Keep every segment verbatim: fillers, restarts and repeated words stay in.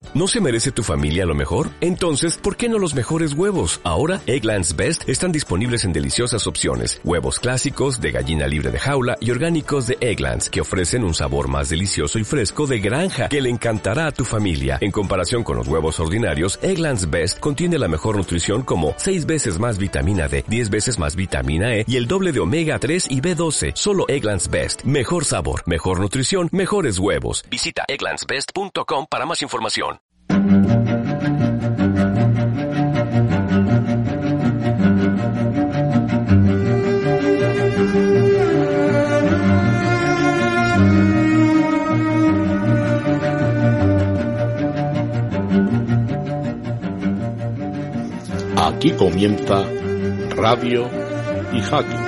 ¿No se merece tu familia lo mejor? Entonces, ¿por qué no los mejores huevos? Ahora, Eggland's Best están disponibles en deliciosas opciones. Huevos clásicos, de gallina libre de jaula y orgánicos de Eggland's, que ofrecen un sabor más delicioso y fresco de granja que le encantará a tu familia. En comparación con los huevos ordinarios, Eggland's Best contiene la mejor nutrición como seis veces más vitamina D, diez veces más vitamina E y el doble de omega tres y B doce. Solo Eggland's Best. Mejor sabor, mejor nutrición, mejores huevos. Visita egglands best punto com para más información. Aquí comienza Radio y Hacking.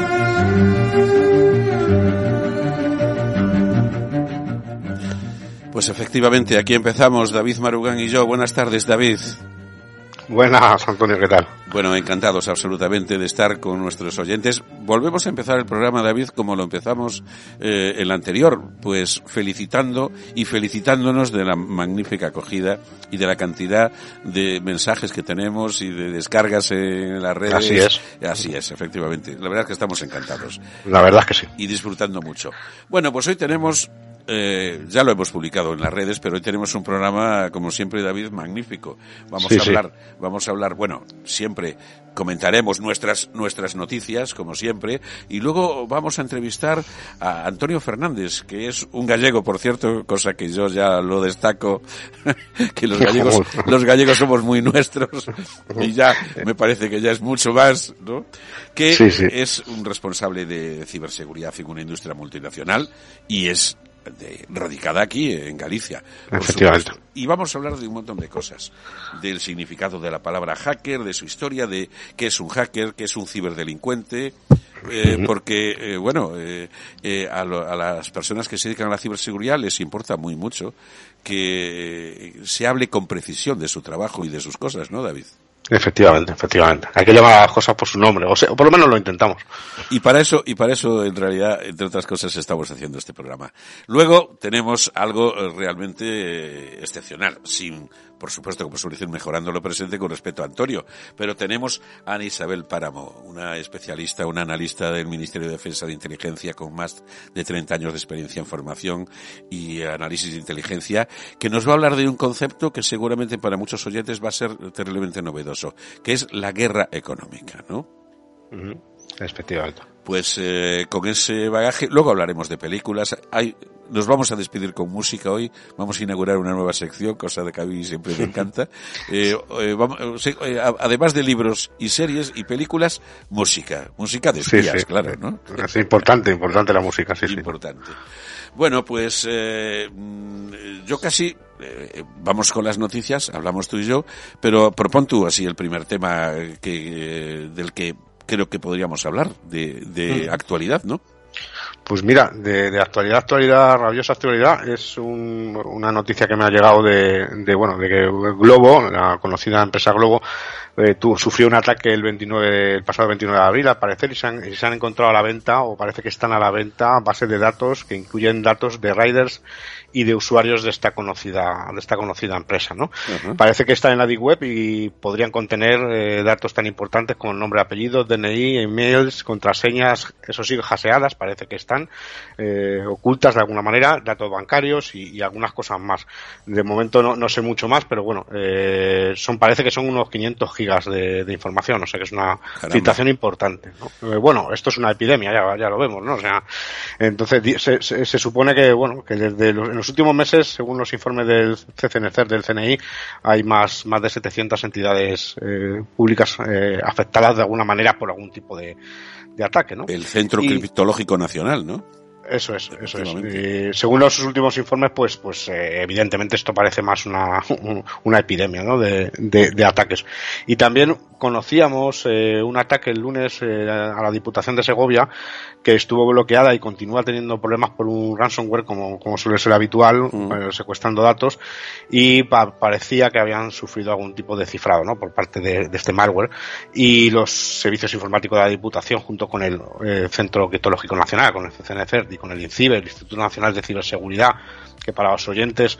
Pues efectivamente, aquí empezamos, David Marugán y yo. Buenas tardes, David. Buenas, Antonio, ¿qué tal? Bueno, encantados absolutamente de estar con nuestros oyentes. Volvemos a empezar el programa, David, como lo empezamos eh, el anterior, pues felicitando y felicitándonos de la magnífica acogida y de la cantidad de mensajes que tenemos y de descargas en las redes. Así es. Así es, efectivamente. La verdad es que estamos encantados. La verdad es que sí. Y disfrutando mucho. Bueno, pues hoy tenemos... Eh, ya lo hemos publicado en las redes, pero hoy tenemos un programa, como siempre, David, magnífico. Vamos sí, a hablar, sí. vamos a hablar, bueno, siempre comentaremos nuestras nuestras noticias, como siempre, y luego vamos a entrevistar a Antonio Fernández, que es un gallego, por cierto, cosa que yo ya lo destaco, que los gallegos, los gallegos somos muy nuestros, y ya me parece que ya es mucho más, ¿no? Que sí, sí. es un responsable de ciberseguridad en una industria multinacional, y es De, radicada aquí en Galicia, por efectivamente. Supuesto. Y vamos a hablar de un montón de cosas, del significado de la palabra hacker, de su historia, de qué es un hacker, qué es un ciberdelincuente, eh, porque eh, bueno, eh, eh, a, lo, a las personas que se dedican a la ciberseguridad les importa muy mucho que se hable con precisión de su trabajo y de sus cosas, ¿no, David? Efectivamente, efectivamente. Hay que llamar a las cosas por su nombre, o sea, o por lo menos lo intentamos. Y para eso, y para eso, en realidad, entre otras cosas, estamos haciendo este programa. Luego tenemos algo realmente excepcional, sin, por supuesto, como suele decir, mejorando lo presente con respecto a Antonio. Pero tenemos a Ana Isabel Páramo, una especialista, una analista del Ministerio de Defensa de Inteligencia con más de treinta años de experiencia en formación y análisis de inteligencia, que nos va a hablar de un concepto que seguramente para muchos oyentes va a ser terriblemente novedoso, que es la guerra económica, ¿no? Uh-huh. Efectivamente. Pues eh, con ese bagaje, luego hablaremos de películas. Hay, nos vamos a despedir con música hoy, vamos a inaugurar una nueva sección, cosa de que a mí siempre me encanta. Eh, eh, vamos, eh, además de libros y series y películas, música, música de espías, sí, sí. Claro, ¿no? Es importante, importante la música, sí, importante. Sí. Bueno, pues eh, yo casi, eh, vamos con las noticias, hablamos tú y yo, pero propón tú así el primer tema que eh, del que creo que podríamos hablar, de, de mm. actualidad, ¿no? Pues mira, de, de actualidad, actualidad, rabiosa actualidad, es un, una noticia que me ha llegado de, de, bueno, de que Globo, la conocida empresa Globo, eh, tu, sufrió un ataque el veintinueve, el pasado veintinueve de abril, al parecer, y se han, y se han encontrado a la venta, o parece que están a la venta, bases de datos que incluyen datos de riders y de usuarios de esta conocida, de esta conocida empresa, ¿no? Uh-huh. Parece que está en la Deep Web y podrían contener eh, datos tan importantes como el nombre, apellido, D N I, emails, contraseñas, eso sí, haseadas, parece que están eh, ocultas de alguna manera, datos bancarios y, y algunas cosas más. De momento no, no sé mucho más, pero bueno, eh, son, parece que son unos quinientos gigas de, de información, o sea que es una Caramba. filtración importante, ¿no? Eh, bueno, esto es una epidemia, ya, ya lo vemos, ¿no? O sea, entonces se, se, se supone que, bueno, que desde los, en los últimos meses, según los informes del C C N C, del C N I, hay más, más de setecientas entidades eh, públicas eh, afectadas de alguna manera por algún tipo de, de ataque, ¿no? El Centro y, Criptológico Nacional, ¿no? Eso es, eso es. Eh, según los últimos informes, pues, pues eh, evidentemente esto parece más una, una epidemia, ¿no? De, de, de ataques. Y también conocíamos eh, un ataque el lunes eh, a la Diputación de Segovia, que estuvo bloqueada y continúa teniendo problemas por un ransomware, como, como suele ser habitual, mm. eh, secuestrando datos, y pa- parecía que habían sufrido algún tipo de cifrado, ¿no? Por parte de, de este malware, y los servicios informáticos de la Diputación, junto con el eh, Centro Criptológico Nacional, con el C C N C E R T y con el INCIBE, el Instituto Nacional de Ciberseguridad, que para los oyentes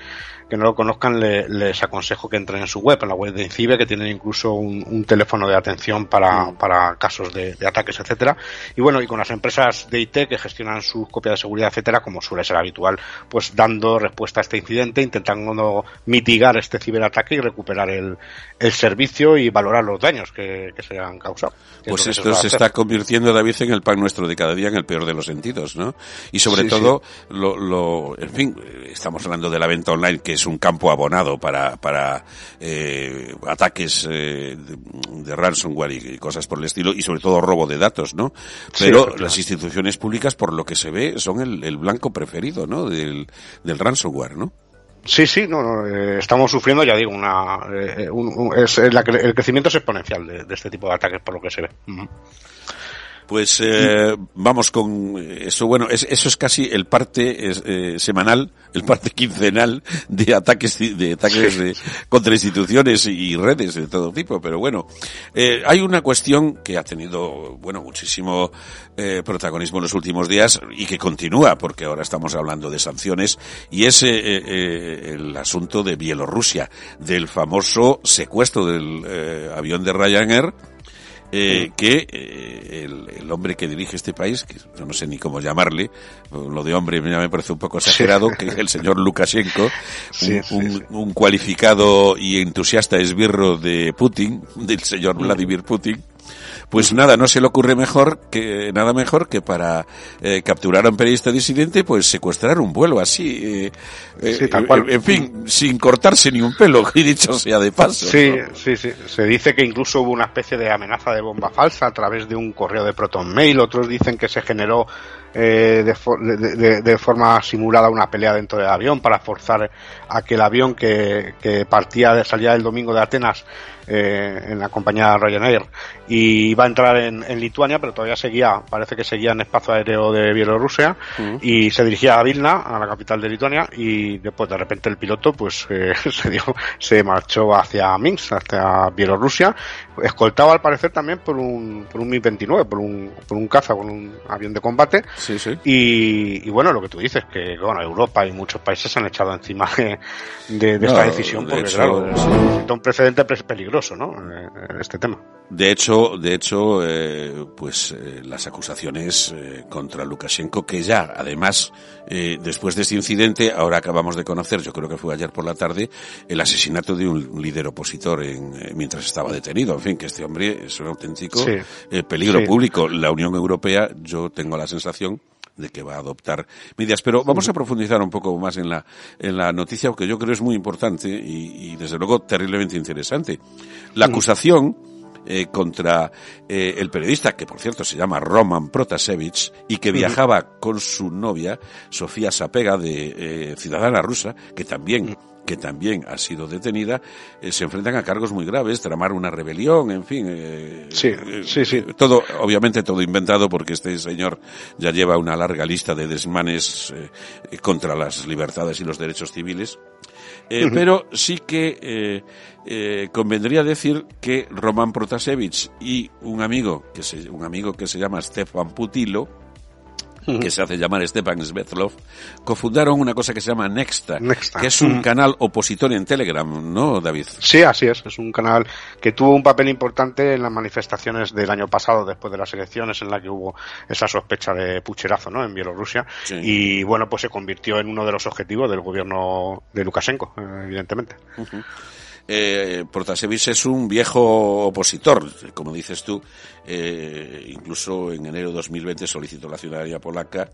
que no lo conozcan, le, les aconsejo que entren en su web, en la web de INCIBE, que tienen incluso un, un teléfono de atención para, mm. para casos de, de ataques, etcétera. Y bueno, y con las empresas de I T que gestionan sus copias de seguridad, etcétera, como suele ser habitual, pues dando respuesta a este incidente, intentando mitigar este ciberataque y recuperar el, el servicio y valorar los daños que, que se han causado. Pues esto se, se está convirtiendo, David, en el pan nuestro de cada día, en el peor de los sentidos, ¿no? Y sobre sí, todo, sí. Lo, lo, en fin, estamos hablando de la venta online, que es un campo abonado para, para eh, ataques eh, de, de ransomware y, y cosas por el estilo, y sobre todo robo de datos, ¿no? Pero sí, las instituciones públicas, por lo que se ve, son el, el blanco preferido, ¿no? Del, del ransomware, ¿no? Sí, sí, no, no eh, estamos sufriendo, ya digo, una eh, un, un, es, la, el crecimiento es exponencial de, de este tipo de ataques, por lo que se ve. Uh-huh. Pues eh, vamos con eso. Bueno, es, eso es casi el parte es, eh, semanal, el parte quincenal de ataques de ataques de, contra instituciones y redes de todo tipo. Pero bueno, eh, hay una cuestión que ha tenido bueno muchísimo eh, protagonismo en los últimos días y que continúa, porque ahora estamos hablando de sanciones, y es eh, eh, el asunto de Bielorrusia, del famoso secuestro del eh, avión de Ryanair. Eh, que eh, el, el hombre que dirige este país, que yo no sé ni cómo llamarle, lo de hombre ya me parece un poco exagerado, sí. que es el señor Lukashenko, sí, un, sí, un, sí. un cualificado y entusiasta esbirro de Putin, del señor Vladimir Putin. Pues nada, no se le ocurre mejor que nada mejor que para eh, capturar a un periodista disidente, pues secuestrar un vuelo así, eh, eh, sí, tal cual. En, en fin, sin cortarse ni un pelo, y dicho sea de paso. Sí, ¿no? sí, sí. Se dice que incluso hubo una especie de amenaza de bomba falsa a través de un correo de Proton Mail. Otros dicen que se generó eh, de, for- de, de, de forma simulada una pelea dentro del avión para forzar a que el avión que, que partía, salía el domingo de Atenas, Eh, en la compañía Ryanair, y iba a entrar en, en Lituania, pero todavía seguía, parece que seguía en espacio aéreo de Bielorrusia, uh-huh. y se dirigía a Vilna, a la capital de Lituania, y después de repente el piloto pues eh, se dio, se marchó hacia Minsk, hacia Bielorrusia, escoltado al parecer también por un por un MiG veintinueve, por un por un caza, por un avión de combate, sí, sí. Y, y bueno, lo que tú dices, que bueno, Europa y muchos países se han echado encima de, de, de no, esta decisión, de porque hecho, claro, es sí. un precedente peligroso, ¿no? En este tema. De hecho, de hecho, eh, pues eh, las acusaciones eh, contra Lukashenko, que ya, además, eh, después de este incidente, ahora acabamos de conocer, yo creo que fue ayer por la tarde, el asesinato de un líder opositor en, eh, mientras estaba detenido. En fin, que este hombre es un auténtico sí. eh, peligro sí. público. La Unión Europea, yo tengo la sensación de que va a adoptar medidas. Pero vamos a profundizar un poco más en la en la noticia, porque yo creo es muy importante y, y desde luego terriblemente interesante. La acusación eh, contra eh, el periodista, que por cierto se llama Roman Protasevich, y que viajaba con su novia, Sofía Sapega, de eh, ciudadana rusa, que también que también ha sido detenida, eh, se enfrentan a cargos muy graves, tramar una rebelión, en fin. Eh, sí, sí, sí. Eh, todo, obviamente todo inventado, porque este señor ya lleva una larga lista de desmanes eh, contra las libertades y los derechos civiles. Eh, uh-huh. Pero sí que eh, eh, convendría decir que Roman Protasevich y un amigo que se, un amigo que se llama Stefan Putilo, que se hace llamar Stepan Svetlov, cofundaron una cosa que se llama Nexta, Nexta. que es un uh-huh. canal opositor en Telegram, ¿no, David? Sí, así es. Es un canal que tuvo un papel importante en las manifestaciones del año pasado, después de las elecciones, en la que hubo esa sospecha de pucherazo, ¿no?, en Bielorrusia. Sí. Y, bueno, pues se convirtió en uno de los objetivos del gobierno de Lukashenko, evidentemente. Uh-huh. Eh, Protasevich es un viejo opositor, como dices tú, eh, incluso en enero de dos mil veinte solicitó la ciudadanía polaca,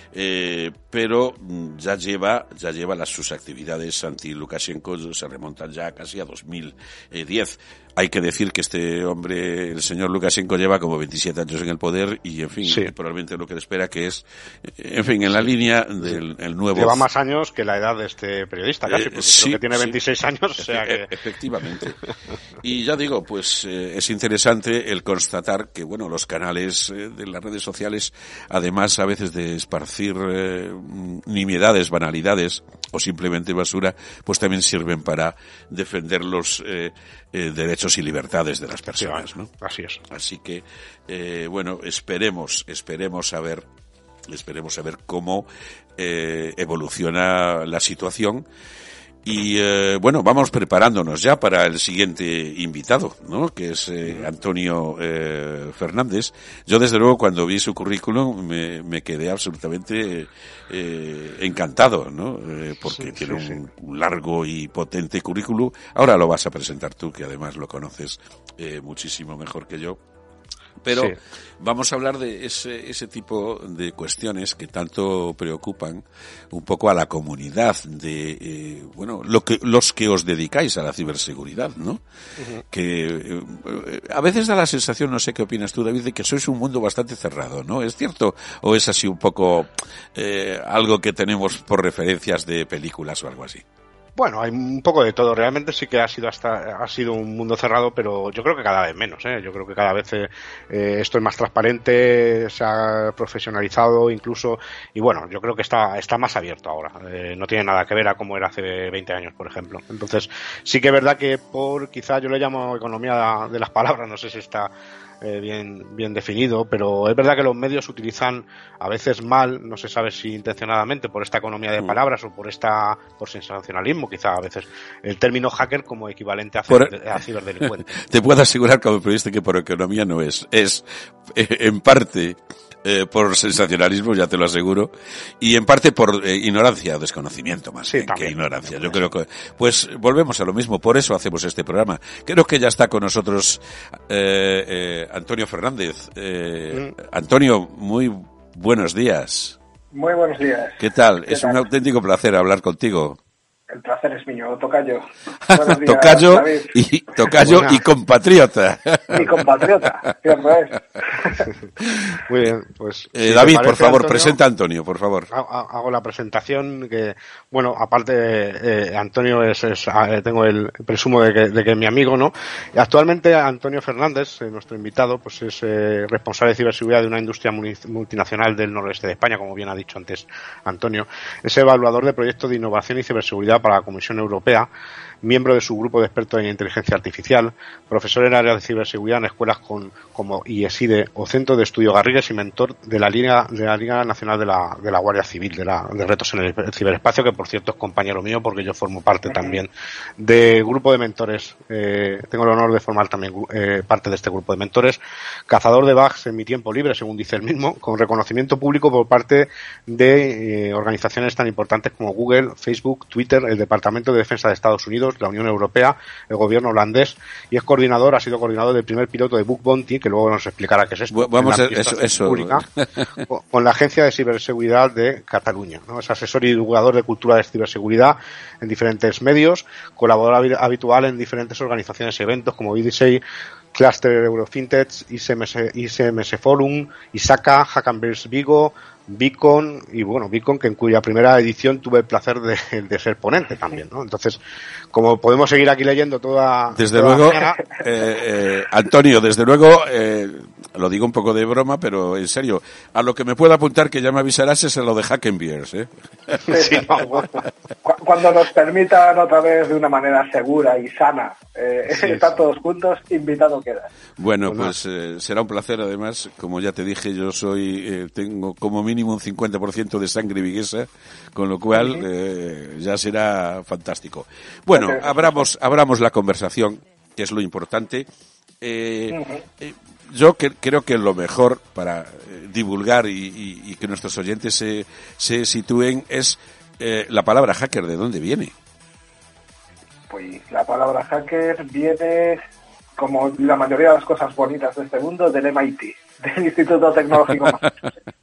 eh, pero ya lleva, ya lleva las, sus actividades anti-Lukashenko, se remontan ya casi a dos mil diez. Hay que decir que este hombre, el señor Lukashenko, lleva como veintisiete años en el poder y, en fin, sí. probablemente lo que le espera que es, en fin, en la línea del el nuevo... Lleva más años que la edad de este periodista, casi, porque eh, sí, creo que tiene veintiséis sí. años, o sea que... Efectivamente. Y ya digo, pues eh, es interesante el constatar que, bueno, los canales eh, de las redes sociales, además a veces de esparcir eh, nimiedades, banalidades o simplemente basura, pues también sirven para defender los eh, eh, derechos y libertades de las personas, ¿no? Así es. Así que, eh, bueno, esperemos, esperemos a ver, esperemos a ver cómo eh, evoluciona la situación. Y eh, bueno, vamos preparándonos ya para el siguiente invitado, ¿no? Que es eh, Antonio eh, Fernández. Yo desde luego cuando vi su currículum me, me quedé absolutamente eh, encantado, ¿no? Eh, porque sí, tiene sí, un, sí. un largo y potente currículum. Ahora lo vas a presentar tú, que además lo conoces eh, muchísimo mejor que yo. Pero sí. vamos a hablar de ese, ese tipo de cuestiones que tanto preocupan un poco a la comunidad de, eh, bueno, lo que, los que os dedicáis a la ciberseguridad, ¿no? Uh-huh. Que eh, a veces da la sensación, no sé qué opinas tú, David, de que sois un mundo bastante cerrado, ¿no? ¿Es cierto? ¿O es así un poco eh, algo que tenemos por referencias de películas o algo así? Bueno, hay un poco de todo. Realmente sí que ha sido hasta ha sido un mundo cerrado, pero yo creo que cada vez menos, ¿eh? Yo creo que cada vez eh, esto es más transparente, se ha profesionalizado incluso, y bueno, yo creo que está está más abierto ahora. Eh, no tiene nada que ver a cómo era hace veinte años, por ejemplo. Entonces, sí que es verdad que por, quizá yo le llamo economía de las palabras, no sé si está Eh, bien bien definido, pero es verdad que los medios utilizan a veces mal, no se sabe si intencionadamente, por esta economía de palabras o por esta por sensacionalismo, quizá a veces el término hacker como equivalente a, por, a ciberdelincuente. Te puedo asegurar como periodista que por economía no es, es eh, en parte Eh, por sensacionalismo, ya te lo aseguro, y en parte por eh, ignorancia o desconocimiento más sí, que ignorancia. Yo creo que, pues volvemos a lo mismo, por eso hacemos este programa. Creo que ya está con nosotros eh, eh, Antonio Fernández. Eh, mm. Antonio, muy buenos días. Muy buenos días. ¿Qué tal? ¿Qué es tal? Un auténtico placer hablar contigo. El placer es mío, tocayo. Días, tocayo y tocayo y compatriota. Y compatriota, cierto es. Muy bien, pues. Eh, si David, parece, por favor, Antonio, presenta a Antonio, por favor. Hago la presentación que, bueno, aparte, eh, Antonio es, es eh, tengo el presumo de que, de que es mi amigo, ¿no? Y actualmente Antonio Fernández, eh, nuestro invitado, pues es eh, responsable de ciberseguridad de una industria multinacional del noroeste de España, como bien ha dicho antes Antonio. Es evaluador de proyectos de innovación y ciberseguridad para la Comisión Europea, miembro de su grupo de expertos en inteligencia artificial, profesor en áreas de ciberseguridad en escuelas con, como I E S I D E o Centro de Estudio Garrigues y mentor de la Liga, de la Liga Nacional de la, de la Guardia Civil, de, la, de retos en el ciberespacio, que por cierto es compañero mío porque yo formo parte también del grupo de mentores. Eh, tengo el honor de formar también eh, parte de este grupo de mentores. Cazador de bugs en mi tiempo libre, según dice él mismo, con reconocimiento público por parte de eh, organizaciones tan importantes como Google, Facebook, Twitter, el Departamento de Defensa de Estados Unidos, la Unión Europea, el gobierno holandés, y es coordinador, ha sido coordinador del primer piloto de Bug Bounty, que luego nos explicará qué es esto. Vamos a eso, eso. Pública, con la Agencia de Ciberseguridad de Cataluña, ¿no? Es asesor y divulgador de cultura de ciberseguridad en diferentes medios, colaborador habitual en diferentes organizaciones y eventos como I D S E I, Cluster Eurofintech, I C M S, I C M S Forum, ISACA, Hackaverse Vigo, Beacon, y bueno, Beacon, que en cuya primera edición tuve el placer de, de ser ponente también, ¿no? Entonces, como podemos seguir aquí leyendo toda... Desde toda luego, eh, eh, Antonio, desde luego, eh, lo digo un poco de broma, pero en serio, a lo que me pueda apuntar que ya me avisarás es a lo de Hackenbeers, ¿eh? Sí, no, bueno. Cuando nos permitan otra vez de una manera segura y sana eh, sí, estar sí. todos juntos, invitado queda. Bueno, pues eh, será un placer, además, como ya te dije, yo soy, eh, tengo como mínimo un cincuenta por ciento de sangre viguesa, con lo cual eh, ya será fantástico. Bueno, okay. abramos, abramos la conversación, que es lo importante. Eh, uh-huh. eh, yo que, creo que lo mejor para eh, divulgar y, y, y que nuestros oyentes se, se sitúen es eh, la palabra hacker, ¿de dónde viene? Pues la palabra hacker viene, como la mayoría de las cosas bonitas de este mundo, del M I T, del Instituto Tecnológico Massachusetts.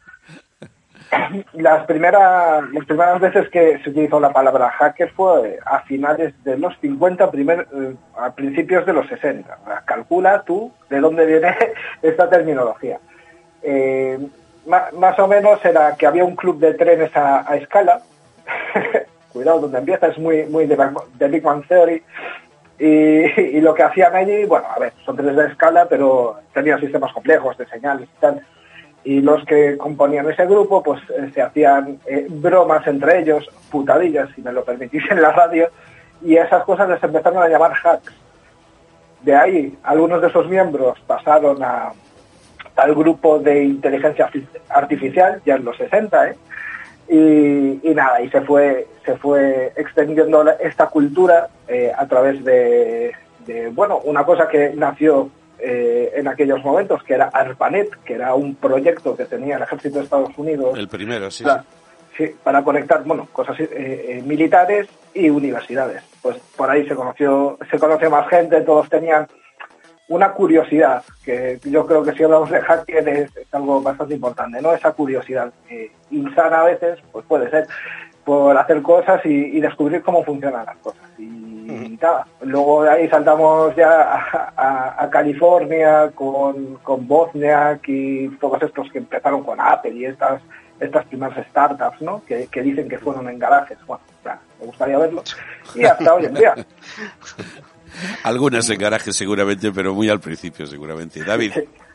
Las primeras, las primeras veces que se utilizó la palabra hacker fue a finales de los cincuenta, primer, eh, a principios de los sesenta. Calcula tú de dónde viene esta terminología. Eh, más, más o menos era que había un club de trenes a, a escala. Cuidado donde empieza, es muy, muy de, de Big Bang Theory. Y, y lo que hacían allí, bueno, a ver, son trenes de escala, pero tenían sistemas complejos de señales y tal. Y los que componían ese grupo, pues eh, se hacían eh, bromas entre ellos, putadillas, si me lo permitís en la radio, y esas cosas les empezaron a llamar hacks. De ahí, algunos de esos miembros pasaron a, al grupo de inteligencia artificial, ya en los sesenta, ¿eh? Y, y nada, y se fue se fue extendiendo esta cultura eh, a través de, de, bueno, una cosa que nació eh, en aquellos momentos, que era ARPANET, que era un proyecto que tenía el Ejército de Estados Unidos. El primero, sí. Para, sí, para conectar, bueno, cosas eh, eh, militares y universidades. Pues por ahí se conoció, se conoció más gente, todos tenían una curiosidad, que yo creo que si hablamos de hacker es, es algo bastante importante, ¿no? Esa curiosidad eh, insana a veces, pues puede ser, por hacer cosas y, y descubrir cómo funcionan las cosas. Y, y nada, luego de ahí saltamos ya a, a, a California con, con Wozniak y todos estos que empezaron con Apple y estas estas primeras startups, ¿no? Que, que dicen que fueron en garajes. Bueno, ya, me gustaría verlo. Y hasta hoy en día. Algunas en garajes seguramente, pero muy al principio seguramente. David.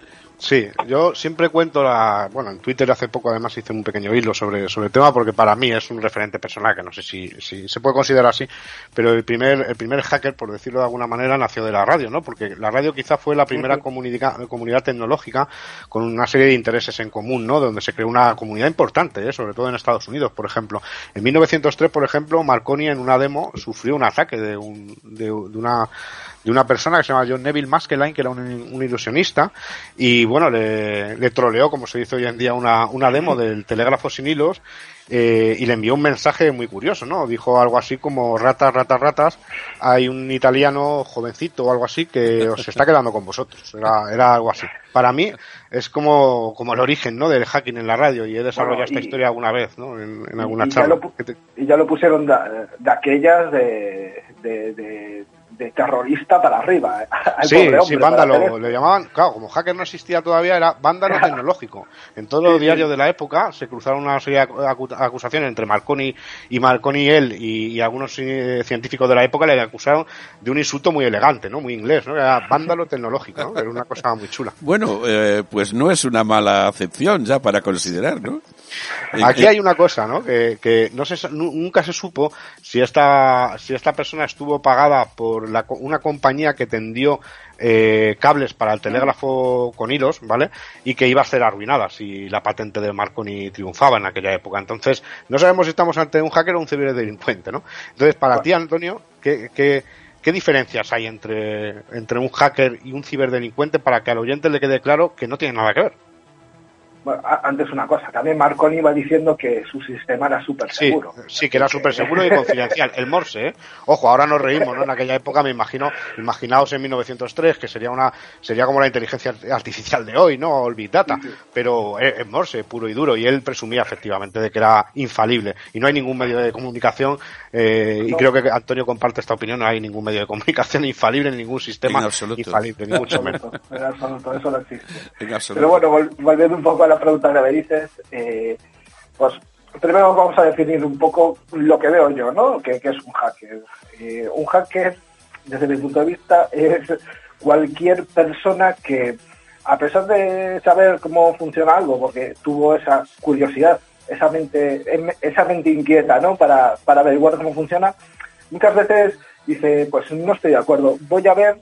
Sí, yo siempre cuento la, bueno, en Twitter hace poco además hice un pequeño hilo sobre, sobre el tema porque para mí es un referente personal que no sé si, si se puede considerar así, pero el primer, el primer hacker, por decirlo de alguna manera, nació de la radio, ¿no? Porque la radio quizá fue la primera comunidad, comunidad tecnológica con una serie de intereses en común, ¿no? Donde se creó una comunidad importante, ¿eh? Sobre todo en Estados Unidos, por ejemplo. En mil novecientos tres, por ejemplo, Marconi en una demo sufrió un ataque de un, de, de una, de una persona que se llama John Neville Maskelyne, que era un, un ilusionista, y bueno, le, le troleó, como se dice hoy en día, una, una demo del telégrafo sin hilos, eh, y le envió un mensaje muy curioso, ¿no? Dijo algo así como, ratas, ratas, ratas, hay un italiano jovencito o algo así que os está quedando con vosotros. Era, era algo así. Para mí es como, como el origen, ¿no? Del hacking en la radio, y he desarrollado bueno, y, esta historia alguna vez, ¿no? En, en alguna y charla. Ya lo, y ya lo pusieron de, de aquellas de, de, de de terrorista para arriba. Sí, hombre, sí, vándalo, le llamaban, claro, como hacker no existía todavía, era vándalo tecnológico. En todos los sí, diarios sí. de la época se cruzaron una serie de acusaciones entre Marconi y Marconi y él y, y algunos eh, científicos de la época le acusaron de un insulto muy elegante, ¿no? Muy inglés, ¿no? Era vándalo tecnológico, ¿no? Era una cosa muy chula. Bueno, eh, pues no es una mala acepción ya para considerar, ¿no? Aquí hay una cosa, ¿no? Que, que no se, nunca se supo si esta, si esta persona estuvo pagada por la, una compañía que tendió eh, cables para el telégrafo con hilos, ¿vale? Y que iba a ser arruinada si la patente de Marconi triunfaba en aquella época. Entonces, no sabemos si estamos ante un hacker o un ciberdelincuente, ¿no? Entonces, para bueno. ti, Antonio, ¿qué, qué, qué diferencias hay entre, entre un hacker y un ciberdelincuente para que al oyente le quede claro que no tiene nada que ver? Bueno, antes una cosa, también Marconi iba diciendo que su sistema era súper seguro. Sí, sí, que era súper seguro y confidencial. El Morse, ¿eh? Ojo, ahora nos reímos, ¿no? En aquella época me imagino, imaginaos en mil novecientos tres, que sería una, sería como la inteligencia artificial de hoy, ¿no? O el Big Data. Sí, sí. Pero es Morse, puro y duro, y él presumía efectivamente de que era infalible. Y no hay ningún medio de comunicación, eh, no. y creo que Antonio comparte esta opinión, no hay ningún medio de comunicación infalible en ningún sistema infalible, ni mucho menos. En absoluto, eso no existe. Pero bueno, vol- volviendo un poco a la pregunta que me dices, eh, pues primero vamos a definir un poco lo que veo yo, ¿no? Que, que es un hacker. Eh, un hacker, desde mi punto de vista, es cualquier persona que, a pesar de saber cómo funciona algo, porque tuvo esa curiosidad, esa mente, esa mente inquieta, ¿no? Para, para averiguar cómo funciona, muchas veces dice, pues no estoy de acuerdo, voy a ver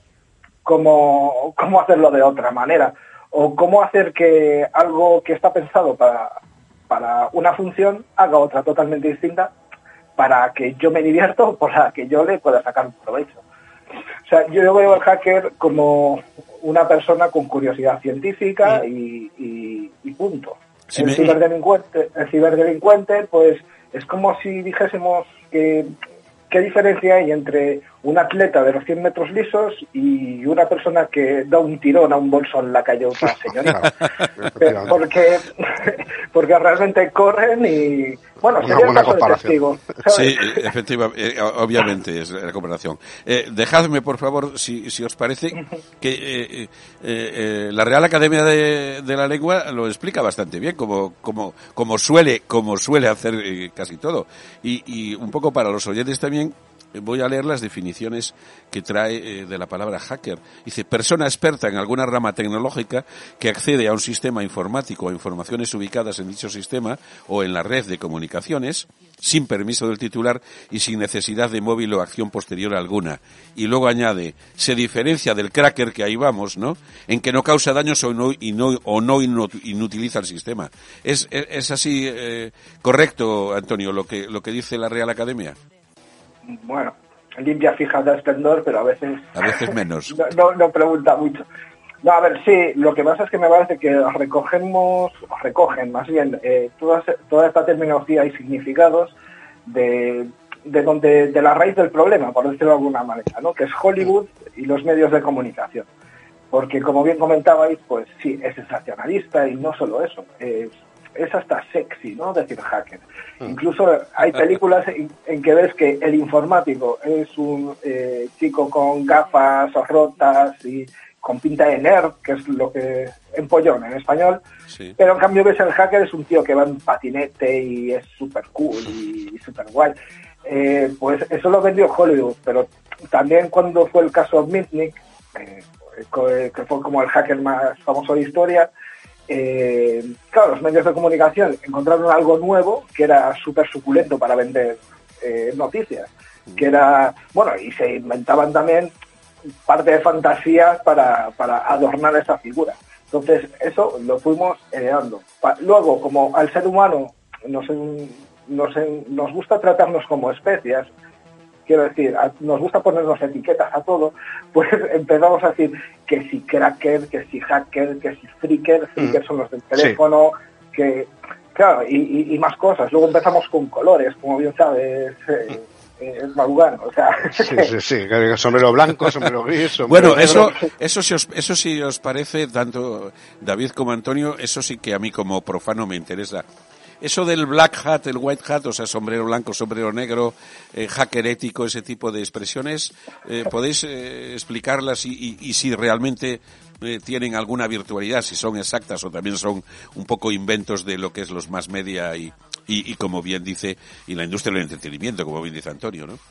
cómo, cómo hacerlo de otra manera. O cómo hacer que algo que está pensado para, para una función haga otra totalmente distinta para que yo me divierto o para que yo le pueda sacar un provecho. O sea, yo veo al hacker como una persona con curiosidad científica sí. y, y, y punto. Sí, el, me... ciberdelincuente, el ciberdelincuente, pues, es como si dijésemos que qué diferencia hay entre un atleta de los cien metros lisos y una persona que da un tirón a un bolso en la calle a una señorita. porque, porque realmente corren y... Bueno, sería el caso de testigo, ¿sabes? Sí, efectivamente, obviamente es la comparación. Eh, dejadme, por favor, si, si os parece, que eh, eh, eh, la Real Academia de, de la Lengua lo explica bastante bien, como, como, como suele, como suele hacer eh, casi todo. Y, y un poco para los oyentes también, voy a leer las definiciones que trae eh, de la palabra hacker. Dice, persona experta en alguna rama tecnológica que accede a un sistema informático o informaciones ubicadas en dicho sistema o en la red de comunicaciones sin permiso del titular y sin necesidad de móvil o acción posterior alguna. Y luego añade, se diferencia del cracker, que ahí vamos, ¿no?, en que no causa daños o no, y no, o no inutiliza el sistema. ¿Es, es, es así eh, correcto, Antonio, lo que, lo que dice la Real Academia? Bueno, limpia, fija, da esplendor, pero a veces... A veces menos. no, no, no pregunta mucho. No, a ver, sí, lo que pasa es que me parece que recogemos, recogen más bien eh, toda, toda esta terminología y significados de, de donde de la raíz del problema, por decirlo de alguna manera, ¿no?, que es Hollywood y los medios de comunicación. Porque, como bien comentabais, pues sí, es sensacionalista y no solo eso, es, es hasta sexy, ¿no?, decir hacker. Mm. Incluso hay películas en, en que ves que el informático es un eh, chico con gafas rotas y con pinta de nerd, que es lo que empollón en español, sí. Pero en cambio ves el hacker es un tío que va en patinete y es súper cool y súper guay. Eh, pues eso lo vendió Hollywood, pero también cuando fue el caso Mitnick, eh, que fue como el hacker más famoso de historia, eh, claro, los medios de comunicación encontraron algo nuevo que era súper suculento para vender eh, noticias, que era, bueno, y se inventaban también parte de fantasías para, para adornar esa figura. Entonces, eso lo fuimos heredando. Luego, como al ser humano nos, nos, nos gusta tratarnos como especies, quiero decir, nos gusta ponernos etiquetas a todo, pues empezamos a decir que si cracker, que si hacker, que si freaker, freaker son los del teléfono, sí. que claro, y, y, y más cosas. Luego empezamos con colores, como bien sabes, eh, es Malugano, o sea... Sí, sí, sí, sombrero blanco, sombrero gris, sombrero Bueno, eso, eso, si os, eso si os parece, tanto David como Antonio, eso sí que a mí como profano me interesa. Eso del black hat, el white hat, o sea, sombrero blanco, sombrero negro, eh, hacker ético, ese tipo de expresiones, eh, ¿podéis eh, explicarlas y, y, y si realmente eh, tienen alguna virtualidad, si son exactas o también son un poco inventos de lo que es los mass media y... Y, y como bien dice, y la industria del entretenimiento, como bien dice Antonio, ¿no?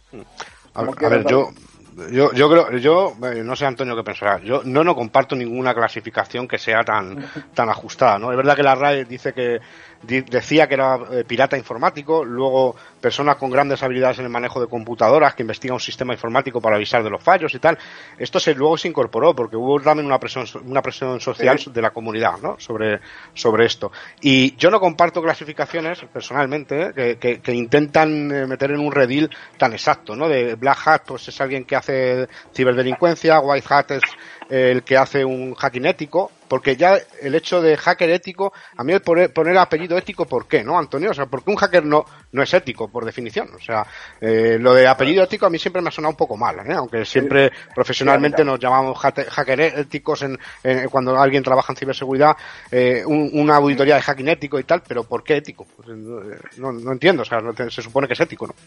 A ver, a ver yo, yo, yo creo, yo, no sé, Antonio, qué pensará. Yo no, no comparto ninguna clasificación que sea tan, tan ajustada, ¿no? Es verdad que la R A E dice que, di, decía que era eh, pirata informático, luego personas con grandes habilidades en el manejo de computadoras que investiga un sistema informático para avisar de los fallos y tal. Esto se, luego se incorporó porque hubo también una presión, una presión social sí. de la comunidad, ¿no? Sobre, sobre esto. Y yo no comparto clasificaciones, personalmente, ¿eh? que, que, que intentan meter en un redil tan exacto, ¿no? De Black Hat, pues es alguien que hace ciberdelincuencia, White Hat es el que hace un hacking ético, porque ya el hecho de hacker ético, a mí el poner, poner apellido ético, ¿por qué, no, Antonio? O sea, porque un hacker no, no es ético, por definición. O sea, eh, lo de apellido ético a mí siempre me ha sonado un poco mal, ¿eh? Aunque siempre profesionalmente nos llamamos hacker éticos en, en, cuando alguien trabaja en ciberseguridad, eh, un, una auditoría de hacking ético y tal, pero ¿por qué ético? Pues, no, no entiendo, o sea, no te, se supone que es ético, ¿no?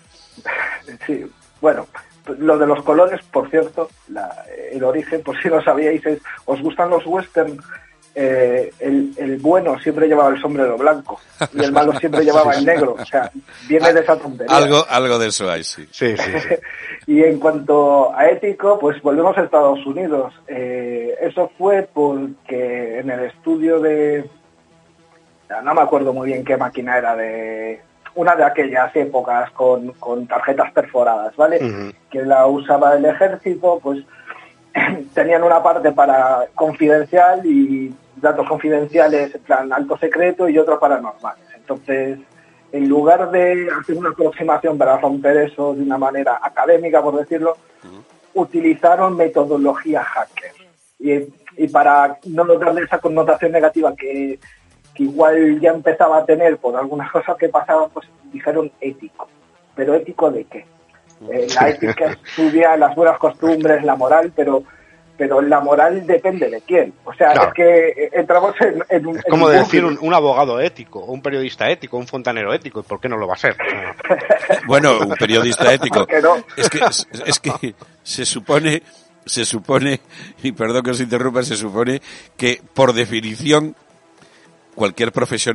Sí, bueno, lo de los colores, por cierto, la, el origen, por si no sabíais, es, ¿os gustan los western? Eh, el, el bueno siempre llevaba el sombrero blanco y el malo siempre llevaba el negro, o sea, viene de esa tontería. Algo, algo de eso hay, sí. sí, sí, sí. Y en cuanto a ético, pues volvemos a Estados Unidos. Eh, eso fue porque en el estudio de... No me acuerdo muy bien qué máquina era, de... una de aquellas épocas con, con tarjetas perforadas, ¿vale? Uh-huh. Que la usaba el ejército, pues tenían una parte para confidencial y datos confidenciales en plan alto secreto y otra para normales. Entonces, en lugar de hacer una aproximación para romper eso de una manera académica, por decirlo, uh-huh. utilizaron metodología hacker. Y, y para no darle esa connotación negativa que, que igual ya empezaba a tener por algunas cosas que pasaban, pues dijeron ético. ¿Pero ético de qué? Eh, la ética estudia las buenas costumbres, la moral, pero pero la moral depende de quién. O sea, claro. Es que entramos en, en un... Es como en un decir un, un abogado ético, o un periodista ético, un fontanero ético, ¿y por qué no lo va a ser? Bueno, un periodista ético. No? Es que, es, es que se supone, se supone, y perdón que os interrumpa, se supone que por definición cualquier profesional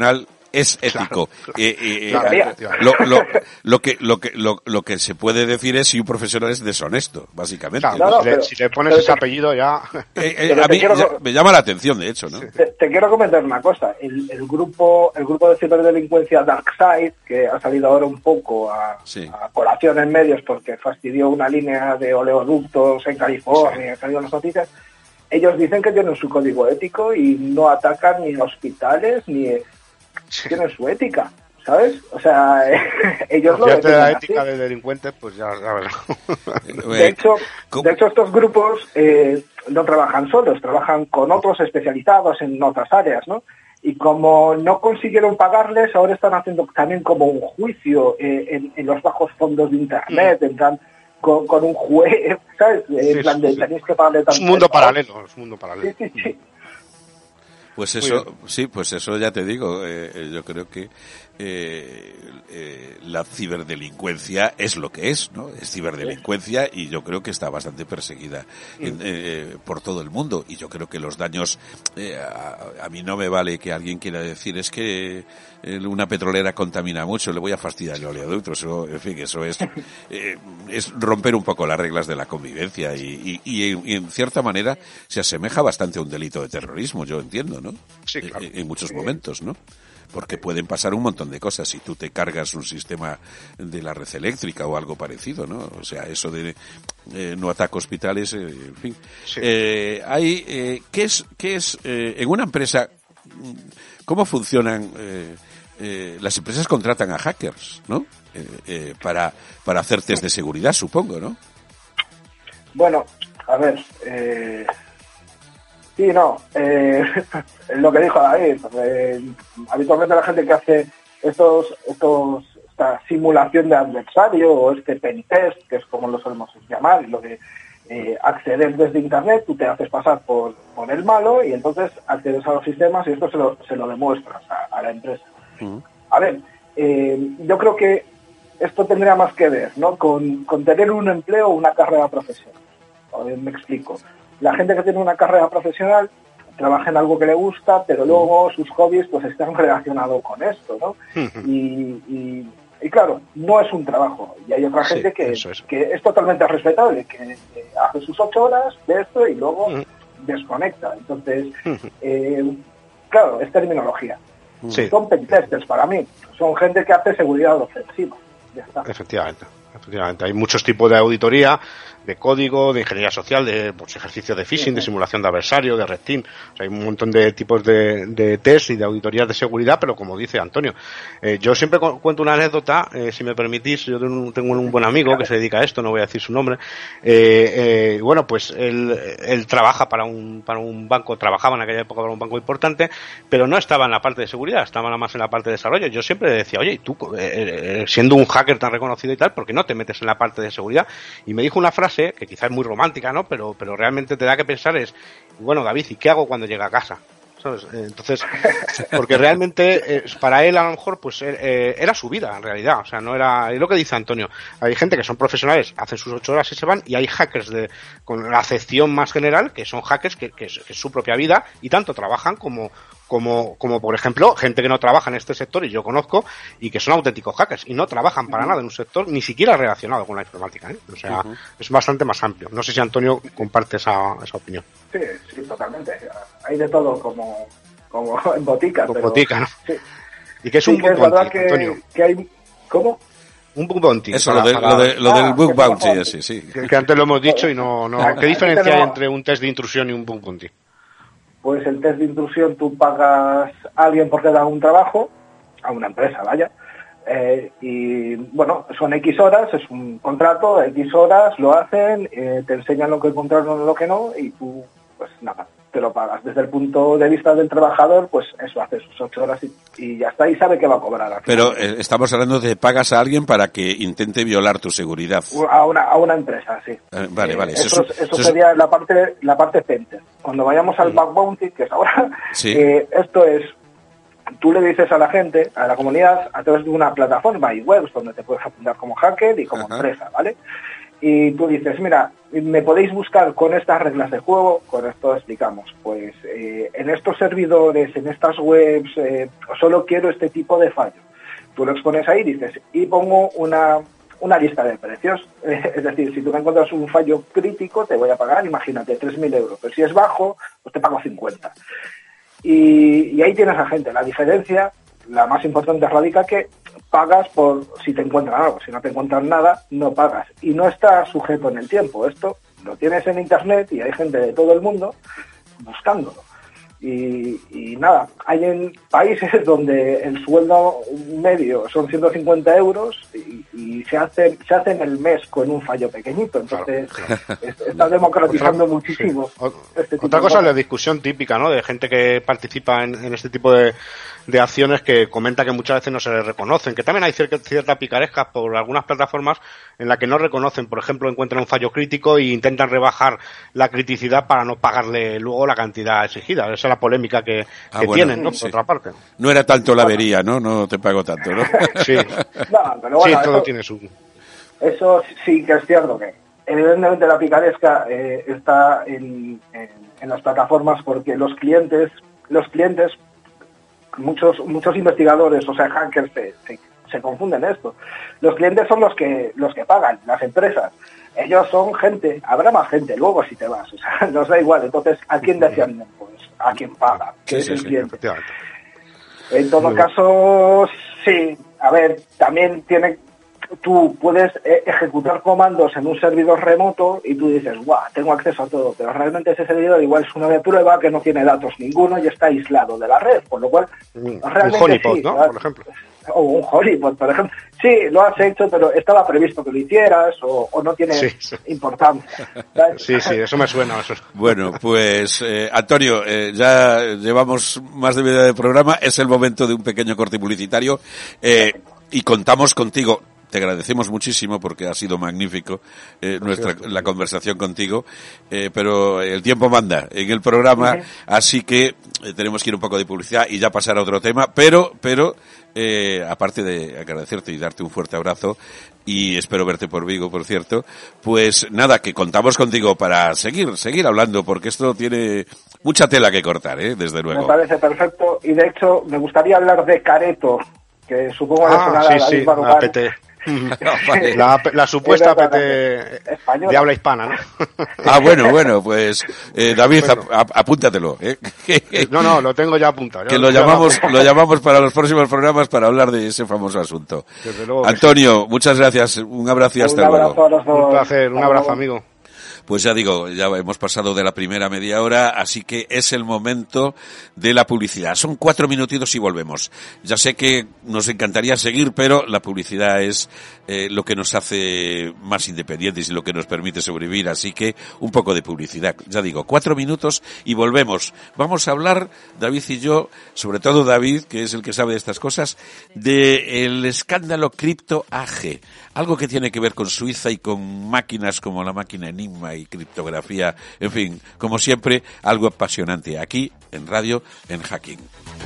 es ético. Claro, eh, eh, claro, eh, lo, lo, lo que lo que lo, lo que se puede decir es si un profesional es deshonesto, básicamente. Claro, No, no, si, le, pero, si le pones ese te, apellido ya... Eh, eh, a mí quiero, ya, me llama la atención, de hecho, ¿no? Te, te quiero comentar una cosa. El, el grupo el grupo de ciberdelincuencia DarkSide, que ha salido ahora un poco a, sí. a colación en medios porque fastidió una línea de oleoductos en California, sí. Han salido las noticias. Ellos dicen que tienen su código ético y no atacan ni hospitales ni sí. tienen su ética, ¿sabes? O sea, ellos pues lo defienden la así. ética de delincuentes, pues ya, ya verás. De hecho, de hecho, estos grupos eh, no trabajan solos, trabajan con otros especializados en otras áreas, ¿no? Y como no consiguieron pagarles, ahora están haciendo también como un juicio eh, en, en los bajos fondos de Internet, mm. en plan, con, con un juez, ¿sabes? En sí, plan de sí, tenéis que pagarle tanto. Es un mundo paralelo, es un mundo paralelo. Sí, sí, sí. Pues eso, sí, pues eso ya te digo, eh, yo creo que eh, eh, la ciberdelincuencia es lo que es, ¿no? Es ciberdelincuencia y yo creo que está bastante perseguida en, eh, por todo el mundo. Y yo creo que los daños, eh, a, a mí no me vale que alguien quiera decir es que una petrolera contamina mucho, le voy a fastidiar el oleoducto. Eso, en fin, eso es, eh, es romper un poco las reglas de la convivencia y, y, y, y en cierta manera se asemeja bastante a un delito de terrorismo, yo entiendo, ¿no? Sí, claro. En, en muchos momentos, ¿no? Porque pueden pasar un montón de cosas si tú te cargas un sistema de la red eléctrica o algo parecido, ¿no? O sea, eso de eh, no ataca hospitales, eh, en fin. Sí. Eh, hay, eh, ¿qué es, qué es, eh, en una empresa, cómo funcionan, eh, eh, las empresas contratan a hackers, ¿no? Eh, eh, para, para hacer test de seguridad, supongo, ¿no? Bueno, a ver, eh... Sí, no, eh, lo que dijo David, eh, habitualmente la gente que hace estos, estos, esta simulación de adversario o este pentest, que es como lo solemos llamar, lo de eh, acceder desde Internet, tú te haces pasar por, por el malo y entonces accedes a los sistemas y esto se lo, se lo demuestras a, a la empresa. Uh-huh. A ver, eh, yo creo que esto tendría más que ver, ¿no? con, con tener un empleo o una carrera profesional. A ver, me explico. La gente que tiene una carrera profesional trabaja en algo que le gusta, pero luego sus hobbies pues están relacionados con esto, ¿no? Y, y, y claro, no es un trabajo. Y hay otra gente sí, que, es. que es totalmente respetable, que, que hace sus ocho horas de esto y luego uh-huh. desconecta. Entonces, uh-huh. eh, claro, es terminología. Sí. Son pentesters para mí. Son gente que hace seguridad ofensiva. Ya está. Efectivamente. Efectivamente. Hay muchos tipos de auditoría, de código, de ingeniería social, de pues, ejercicio de phishing, de simulación de adversario, de red team. O sea, hay un montón de tipos de, de test y de auditorías de seguridad, pero como dice Antonio, eh, yo siempre cu- cuento una anécdota, eh, si me permitís. Yo tengo un, tengo un buen amigo que se dedica a esto, no voy a decir su nombre. Eh, eh, bueno, pues él, él trabaja para un, para un banco, trabajaba en aquella época para un banco importante, pero no estaba en la parte de seguridad, estaba nada más en la parte de desarrollo. Yo siempre decía, oye, tú, eh, eh, siendo un hacker tan reconocido y tal, ¿por qué no te metes en la parte de seguridad? Y me dijo una frase que quizás es muy romántica, ¿no? Pero, pero realmente te da que pensar es, bueno, David, ¿y qué hago cuando llega a casa? ¿Sabes? Entonces, porque realmente eh, para él a lo mejor pues eh, era su vida en realidad, o sea, no era, es lo que dice Antonio, hay gente que son profesionales, hacen sus ocho horas y se van, y hay hackers de con la acepción más general, que son hackers que, que, es, que es su propia vida, y tanto trabajan como como como por ejemplo gente que no trabaja en este sector, y yo conozco, y que son auténticos hackers y no trabajan para nada en un sector ni siquiera relacionado con la informática, ¿eh? O sea, uh-huh. es bastante más amplio. No sé si Antonio comparte esa, esa opinión. Sí, sí, totalmente. Hay de todo como como en botica. Como pero, botica, ¿no? Sí. ¿Y qué es sí, un bug bounty, que, Antonio? Que hay, ¿Cómo? Un bug bounty. Eso, para, lo, de, para... lo, de, lo ah, del bug bounty, ese, sí. Que, que antes lo hemos dicho y no... no... ¿Qué diferencia hay entre un test de intrusión y un bug bounty? Pues el test de intrusión, tú pagas a alguien porque da un trabajo, a una empresa, vaya, eh, y bueno, son X horas, es un contrato, X horas, lo hacen, eh, te enseñan lo que encontraron o lo que no, y tú, pues nada, te lo pagas. Desde el punto de vista del trabajador, pues eso, hace sus ocho horas y, y ya está, y sabe que va a cobrar. Pero eh, estamos hablando de pagas a alguien para que intente violar tu seguridad. A una, a una empresa, sí. Eh, vale, vale. Eh, eso, eso, eso sería es... la parte la parte pentest. Cuando vayamos al bug bounty, que es ahora, ¿sí? eh, esto es, tú le dices a la gente, a la comunidad, a través de una plataforma y webs donde te puedes apuntar como hacker y como Ajá. empresa, ¿vale? Y tú dices, mira, me podéis buscar con estas reglas de juego, con esto explicamos, pues eh, en estos servidores, en estas webs, eh, solo quiero este tipo de fallo. Tú lo expones ahí, dices, y pongo una, una lista de precios. Eh, es decir, si tú me encuentras un fallo crítico, te voy a pagar, imagínate, tres mil euros. Pero si es bajo, pues te pago cincuenta. Y, y ahí tienes a gente. La diferencia, la más importante, radica que pagas por si te encuentran algo. Si no te encuentran nada, no pagas. Y no está sujeto en el tiempo. Esto lo tienes en Internet y hay gente de todo el mundo buscándolo. Y, y nada, hay en países donde el sueldo medio son ciento cincuenta euros y, y se hace se hace en el mes con un fallo pequeñito. Entonces, claro, claro. Está democratizando otra, muchísimo. Sí. Este tipo otra cosa es la discusión típica, ¿no? De gente que participa en, en este tipo de, de acciones, que comenta que muchas veces no se les reconocen, que también hay cierta, cierta picaresca por algunas plataformas en la que no reconocen. Por ejemplo, encuentran un fallo crítico e intentan rebajar la criticidad para no pagarle luego la cantidad exigida. Esa es la polémica que, ah, que bueno, tienen, ¿no? Sí. Por otra parte. No era tanto la avería, ¿no? No te pago tanto, ¿no? Sí. No, pero bueno, sí, todo eso, tiene su... Eso sí que es cierto, que evidentemente la picaresca eh, está en, en, en las plataformas, porque los clientes, los clientes, muchos muchos investigadores, o sea, hackers, se, se, se confunden esto. Los clientes son los que los que pagan, las empresas. Ellos son gente, habrá más gente luego si te vas, o sea, nos da igual. Entonces, ¿a quién defienden? Pues a quien paga, que sí, es sí, el sí, cliente. En todo caso, sí, a ver, también tiene, tú puedes ejecutar comandos en un servidor remoto y tú dices, guau, tengo acceso a todo, pero realmente ese servidor igual es una de prueba que no tiene datos ninguno y está aislado de la red, por lo cual, un, realmente un honeypot, sí, ¿no? ¿sabes? Por ejemplo. O un honeypot, por ejemplo. Sí, lo has hecho, pero estaba previsto que lo hicieras, o, o no tiene sí, sí. importancia. ¿Sabes? Sí, sí, eso me suena. Eso. Bueno, pues, eh, Antonio, eh, ya llevamos más de media de programa, es el momento de un pequeño corte publicitario, eh, y contamos contigo. Te agradecemos muchísimo porque ha sido magnífico eh, nuestra la conversación contigo, eh, pero el tiempo manda en el programa, uh-huh. así que eh, tenemos que ir un poco de publicidad y ya pasar a otro tema, pero pero eh, aparte de agradecerte y darte un fuerte abrazo, y espero verte por Vigo, por cierto, pues nada, que contamos contigo para seguir seguir hablando, porque esto tiene mucha tela que cortar, eh, desde luego. Me parece perfecto, y de hecho me gustaría hablar de Careto, que supongo que ah, sí, sí, sí, A P T. La, la supuesta P T de habla hispana, ¿no? Ah, bueno, bueno, pues eh, David, bueno. A, a, apúntatelo. ¿eh? No, no, lo tengo ya apuntado. Que lo llamamos, lo llamamos para los próximos programas para hablar de ese famoso asunto. Antonio, sí. Muchas gracias, un abrazo y hasta un abrazo luego. Un placer, un abrazo, amigo. Pues ya digo, ya hemos pasado de la primera media hora, así que es el momento de la publicidad. Son cuatro minutitos y volvemos. Ya sé que nos encantaría seguir, pero la publicidad es eh, lo que nos hace más independientes y lo que nos permite sobrevivir, así que un poco de publicidad. Ya digo, cuatro minutos y volvemos. Vamos a hablar, David y yo, sobre todo David, que es el que sabe de estas cosas, de el escándalo Crypto A G. Algo que tiene que ver con Suiza y con máquinas como la máquina Enigma y criptografía, en fin, como siempre, algo apasionante aquí en Radio en Hacking.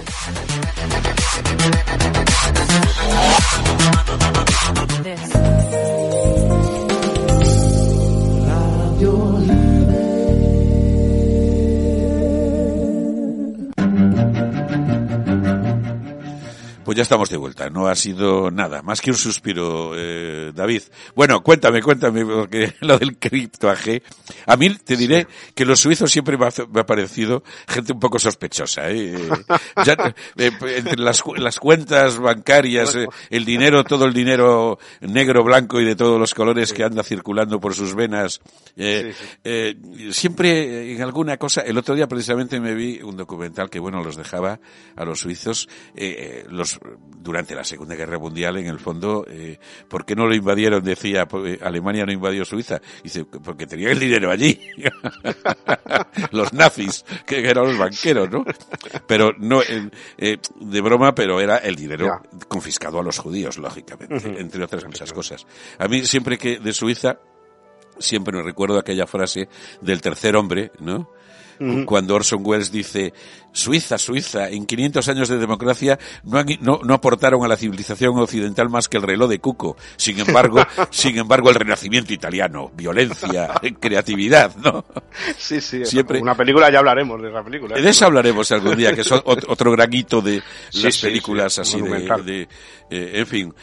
Pues ya estamos de vuelta, no ha sido nada, más que un suspiro, eh, David. Bueno, cuéntame, cuéntame, porque lo del Crypto A G, a mí te diré sí. que los suizos siempre me ha, me ha parecido gente un poco sospechosa, ¿eh? Ya, eh, entre las, las cuentas bancarias, eh, el dinero, todo el dinero negro, blanco y de todos los colores sí. que anda circulando por sus venas, eh, sí, sí. Eh, siempre en alguna cosa, el otro día precisamente me vi un documental que, bueno, los dejaba a los suizos, eh, los durante la Segunda Guerra Mundial, en el fondo, eh, ¿por qué no lo invadieron? Decía, Alemania no invadió Suiza. Dice, porque tenía el dinero allí. Los nazis, que eran los banqueros, ¿no? Pero no, eh, eh, de broma, pero era el dinero yeah. confiscado a los judíos, lógicamente, uh-huh. entre otras muchas cosas. A mí, siempre que de Suiza, siempre me recuerdo aquella frase del tercer hombre, ¿no? Uh-huh. Cuando Orson Welles dice, Suiza, Suiza, en quinientos años de democracia no, han, no, no aportaron a la civilización occidental más que el reloj de Cuco. Sin embargo, sin embargo, el Renacimiento italiano, violencia, creatividad, ¿no? Sí, sí. Siempre. Una película, ya hablaremos de esa película. De eso hablaremos algún día, que es otro granito de sí, las películas sí, sí, así de, de eh, en fin.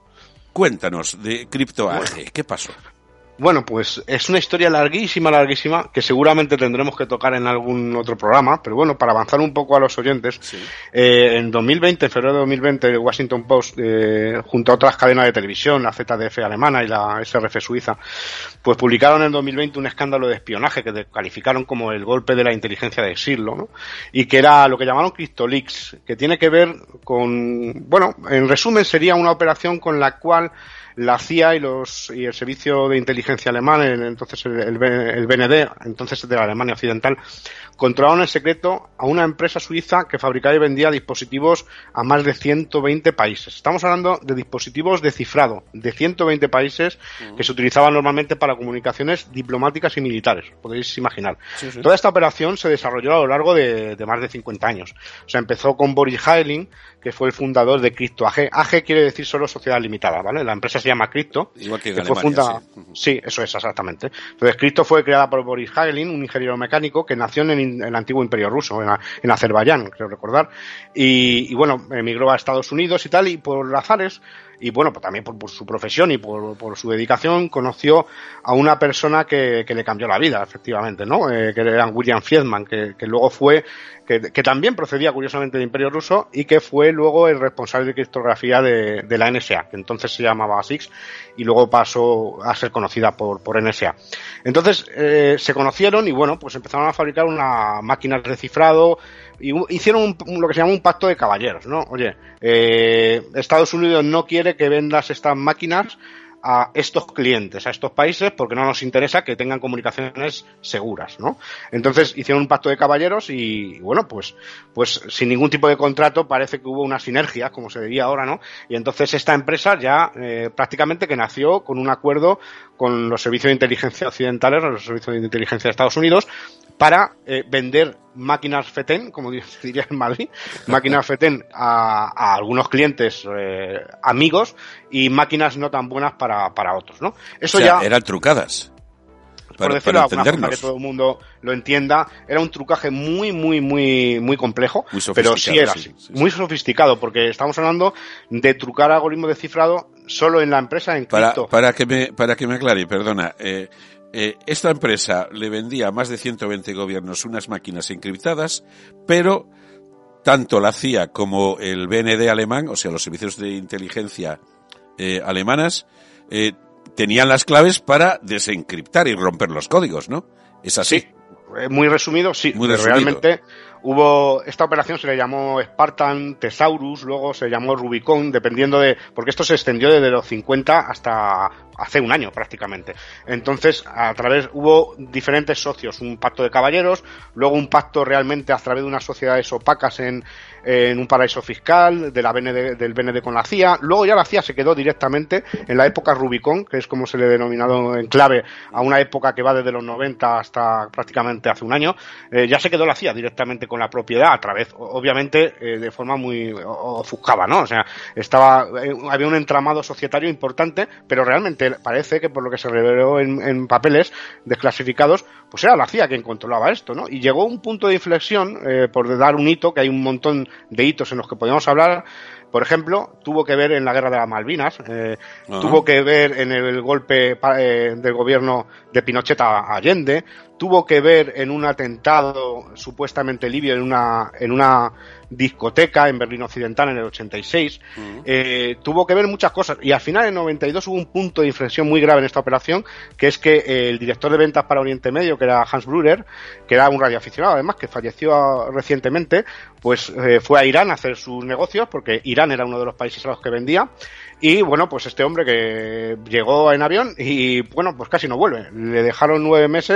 Cuéntanos de CryptoAge, ¿qué pasó? Bueno, pues es una historia larguísima, larguísima, que seguramente tendremos que tocar en algún otro programa, pero bueno, para avanzar un poco a los oyentes, sí. eh, en dos mil veinte, en febrero de dos mil veinte, el Washington Post, eh, junto a otras cadenas de televisión, la Z D F alemana y la S R F suiza, pues publicaron en dos mil veinte un escándalo de espionaje que calificaron como el golpe de la inteligencia de siglo, ¿no? Y que era lo que llamaron CryptoLeaks, que tiene que ver con, bueno, en resumen sería una operación con la cual la C I A y los y el servicio de inteligencia alemán, el, entonces el, el, el B N D, entonces de la Alemania Occidental, controlaron en secreto a una empresa suiza que fabricaba y vendía dispositivos a más de ciento veinte países. Estamos hablando de dispositivos de cifrado de ciento veinte países que se utilizaban normalmente para comunicaciones diplomáticas y militares, podéis imaginar. Sí, sí. Toda esta operación se desarrolló a lo largo de, de más de cincuenta años. O sea, empezó con Boris Haelin, que fue el fundador de CryptoAge. A G quiere decir solo sociedad limitada, ¿vale? La empresa se llama Crypto. Igual que, que en fue Alemania, funda... sí. sí, eso es, exactamente. Entonces, Crypto fue creada por Boris Haelin, un ingeniero mecánico que nació en el, en el antiguo Imperio Ruso, en, en Azerbaiyán, creo recordar. Y, y bueno, emigró a Estados Unidos y tal, y por azares, y bueno, pues también por, por su profesión y por, por su dedicación, conoció a una persona que, que le cambió la vida, efectivamente, ¿no? Eh, que era William Friedman, que, que luego fue, que, que también procedía curiosamente del Imperio Ruso y que fue luego el responsable de criptografía de, de la N S A, que entonces se llamaba A S I C y luego pasó a ser conocida por, por N S A. Entonces, eh, se conocieron y bueno, pues empezaron a fabricar una máquina de cifrado y hicieron un, un, lo que se llama un pacto de caballeros, ¿no? Oye, eh, Estados Unidos no quiere que vendas estas máquinas a estos clientes, a estos países, porque no nos interesa que tengan comunicaciones seguras, ¿no? Entonces hicieron un pacto de caballeros y, bueno, pues, pues sin ningún tipo de contrato parece que hubo una sinergia, como se diría ahora, ¿no? Y entonces esta empresa ya eh, prácticamente que nació con un acuerdo con los servicios de inteligencia occidentales, los servicios de inteligencia de Estados Unidos, para eh, vender máquinas FETEN, como diría en Madrid, máquinas FETEN a, a algunos clientes eh, amigos y máquinas no tan buenas para, para otros, ¿no? Eso o sea, ya eran trucadas. Para, por decirlo para de alguna forma que todo el mundo lo entienda, era un trucaje muy, muy, muy, muy complejo, muy pero sí era sí, así, sí, sí. muy sofisticado, porque estamos hablando de trucar algoritmos de cifrado solo en la empresa en para, cripto. Para que me, para que me aclare, perdona, eh, eh, esta empresa le vendía a más de ciento veinte gobiernos unas máquinas encriptadas, pero tanto la C I A como el B N D alemán, o sea, los servicios de inteligencia eh, alemanas, eh, tenían las claves para desencriptar y romper los códigos, ¿no? ¿Es así? Sí, muy resumido, sí. Muy pero resumido. Realmente hubo, esta operación se le llamó Spartan, Thesaurus, luego se llamó Rubicon, dependiendo de, porque esto se extendió desde los cincuenta hasta hace un año prácticamente. Entonces, a través, hubo diferentes socios, un pacto de caballeros, luego un pacto realmente a través de unas sociedades opacas en, en un paraíso fiscal, de la B N D, del B N D con la C I A, luego ya la C I A se quedó directamente en la época Rubicon, que es como se le ha denominado en clave a una época que va desde los noventa hasta prácticamente hace un año, eh, ya se quedó la C I A directamente con la propiedad a través, obviamente, eh, de forma muy ofuscada, ¿no? O sea, estaba, eh, había un entramado societario importante, pero realmente parece que por lo que se reveló en, en papeles desclasificados, pues era la C I A quien controlaba esto, ¿no? Y llegó un punto de inflexión, eh, por dar un hito, que hay un montón de hitos en los que podemos hablar. Por ejemplo, tuvo que ver en la guerra de las Malvinas, eh, uh-huh. tuvo que ver en el golpe eh, del gobierno de Pinochet a Allende, tuvo que ver en un atentado supuestamente libio en una en una discoteca en Berlín Occidental en el ochenta y seis, uh-huh. eh, tuvo que ver muchas cosas y al final en noventa y dos hubo un punto de inflexión muy grave en esta operación, que es que eh, el director de ventas para Oriente Medio, que era Hans Brüder, que era un radioaficionado además, que falleció recientemente, pues eh, fue a Irán a hacer sus negocios, porque Irán era uno de los países a los que vendía. Y bueno, pues este hombre que llegó en avión y bueno, pues casi no vuelve. Le dejaron nueve meses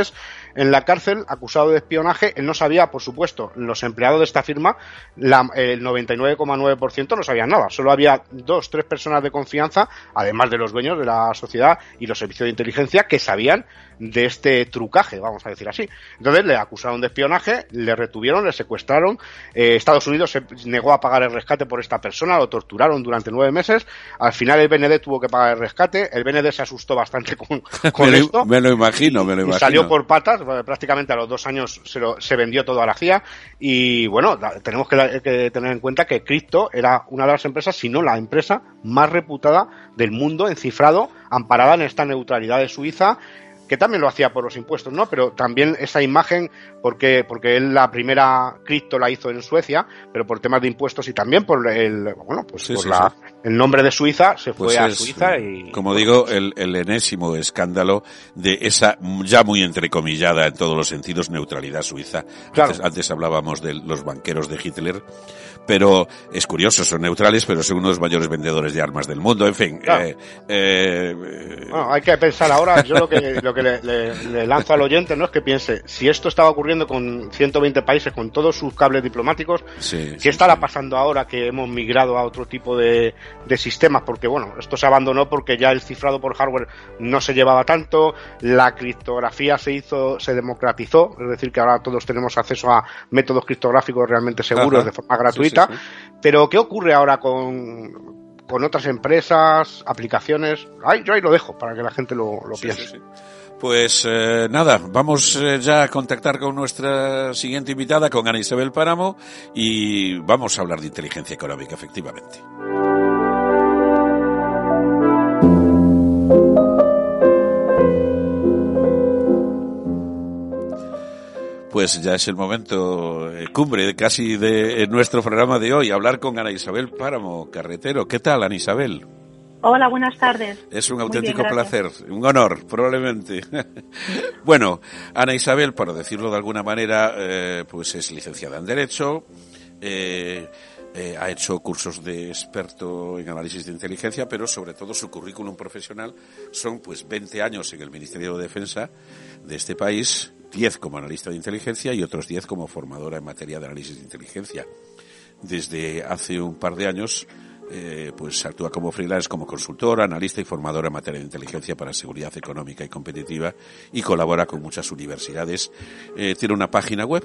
en la cárcel acusado de espionaje. Él no sabía, por supuesto, los empleados de esta firma, la, el noventa y nueve coma nueve por ciento no sabían nada. Solo había dos, tres personas de confianza, además de los dueños de la sociedad y los servicios de inteligencia, que sabían de este trucaje, vamos a decir así. Entonces le acusaron de espionaje, le retuvieron, le secuestraron. Eh, Estados Unidos se negó a pagar el rescate por esta persona, lo torturaron durante nueve meses. Al final el B N D tuvo que pagar el rescate. El B N D se asustó bastante con, con me esto. Lo, me lo imagino, me lo imagino. Y salió por patas, prácticamente a los dos años se, lo, se vendió todo a la C I A. Y bueno, tenemos que, que tener en cuenta que Crypto era una de las empresas, si no la empresa más reputada del mundo en cifrado, amparada en esta neutralidad de Suiza, que también lo hacía por los impuestos, ¿no? Pero también esa imagen, porque porque él la primera cripto la hizo en Suecia, pero por temas de impuestos y también por el, bueno, pues sí, por sí, la, sí. el nombre de Suiza, se fue pues a es, Suiza y... Como digo, el, el enésimo escándalo de esa ya muy entrecomillada en todos los sentidos neutralidad suiza. Claro. Antes, antes hablábamos de los banqueros de Hitler, pero es curioso, son neutrales, pero son uno de los mayores vendedores de armas del mundo, en fin. Claro. Eh, eh, bueno, hay que pensar ahora, yo lo que, lo que le, le, le lanzo al oyente, ¿no? Es que piense, si esto estaba ocurriendo con ciento veinte países, con todos sus cables diplomáticos, sí, ¿qué sí, estará sí. pasando ahora que hemos migrado a otro tipo de, de sistemas? Porque bueno, esto se abandonó porque ya el cifrado por hardware no se llevaba tanto, la criptografía se hizo, se democratizó, es decir, que ahora todos tenemos acceso a métodos criptográficos realmente seguros, ajá, de forma gratuita. Sí, sí, sí. Pero ¿qué ocurre ahora con, con otras empresas, aplicaciones? Ay, yo ahí lo dejo para que la gente lo, lo sí, piense. Sí, sí. Pues eh, nada, vamos eh, ya a contactar con nuestra siguiente invitada, con Ana Isabel Páramo, y vamos a hablar de inteligencia económica, efectivamente. Pues ya es el momento eh, cumbre casi de nuestro programa de hoy, hablar con Ana Isabel Páramo, carretero. ¿Qué tal, Ana Isabel? Hola, buenas tardes. Es un auténtico bien, placer, un honor, probablemente. Bueno, Ana Isabel, para decirlo de alguna manera, eh, pues es licenciada en Derecho, eh, eh, ha hecho cursos de experto en análisis de inteligencia, pero sobre todo su currículum profesional son pues veinte años en el Ministerio de Defensa de este país, diez como analista de inteligencia y otros diez como formadora en materia de análisis de inteligencia. Desde hace un par de años, Eh, pues actúa como freelance, como consultora, analista y formadora en materia de inteligencia para seguridad económica y competitiva, y colabora con muchas universidades. Eh, tiene una página web,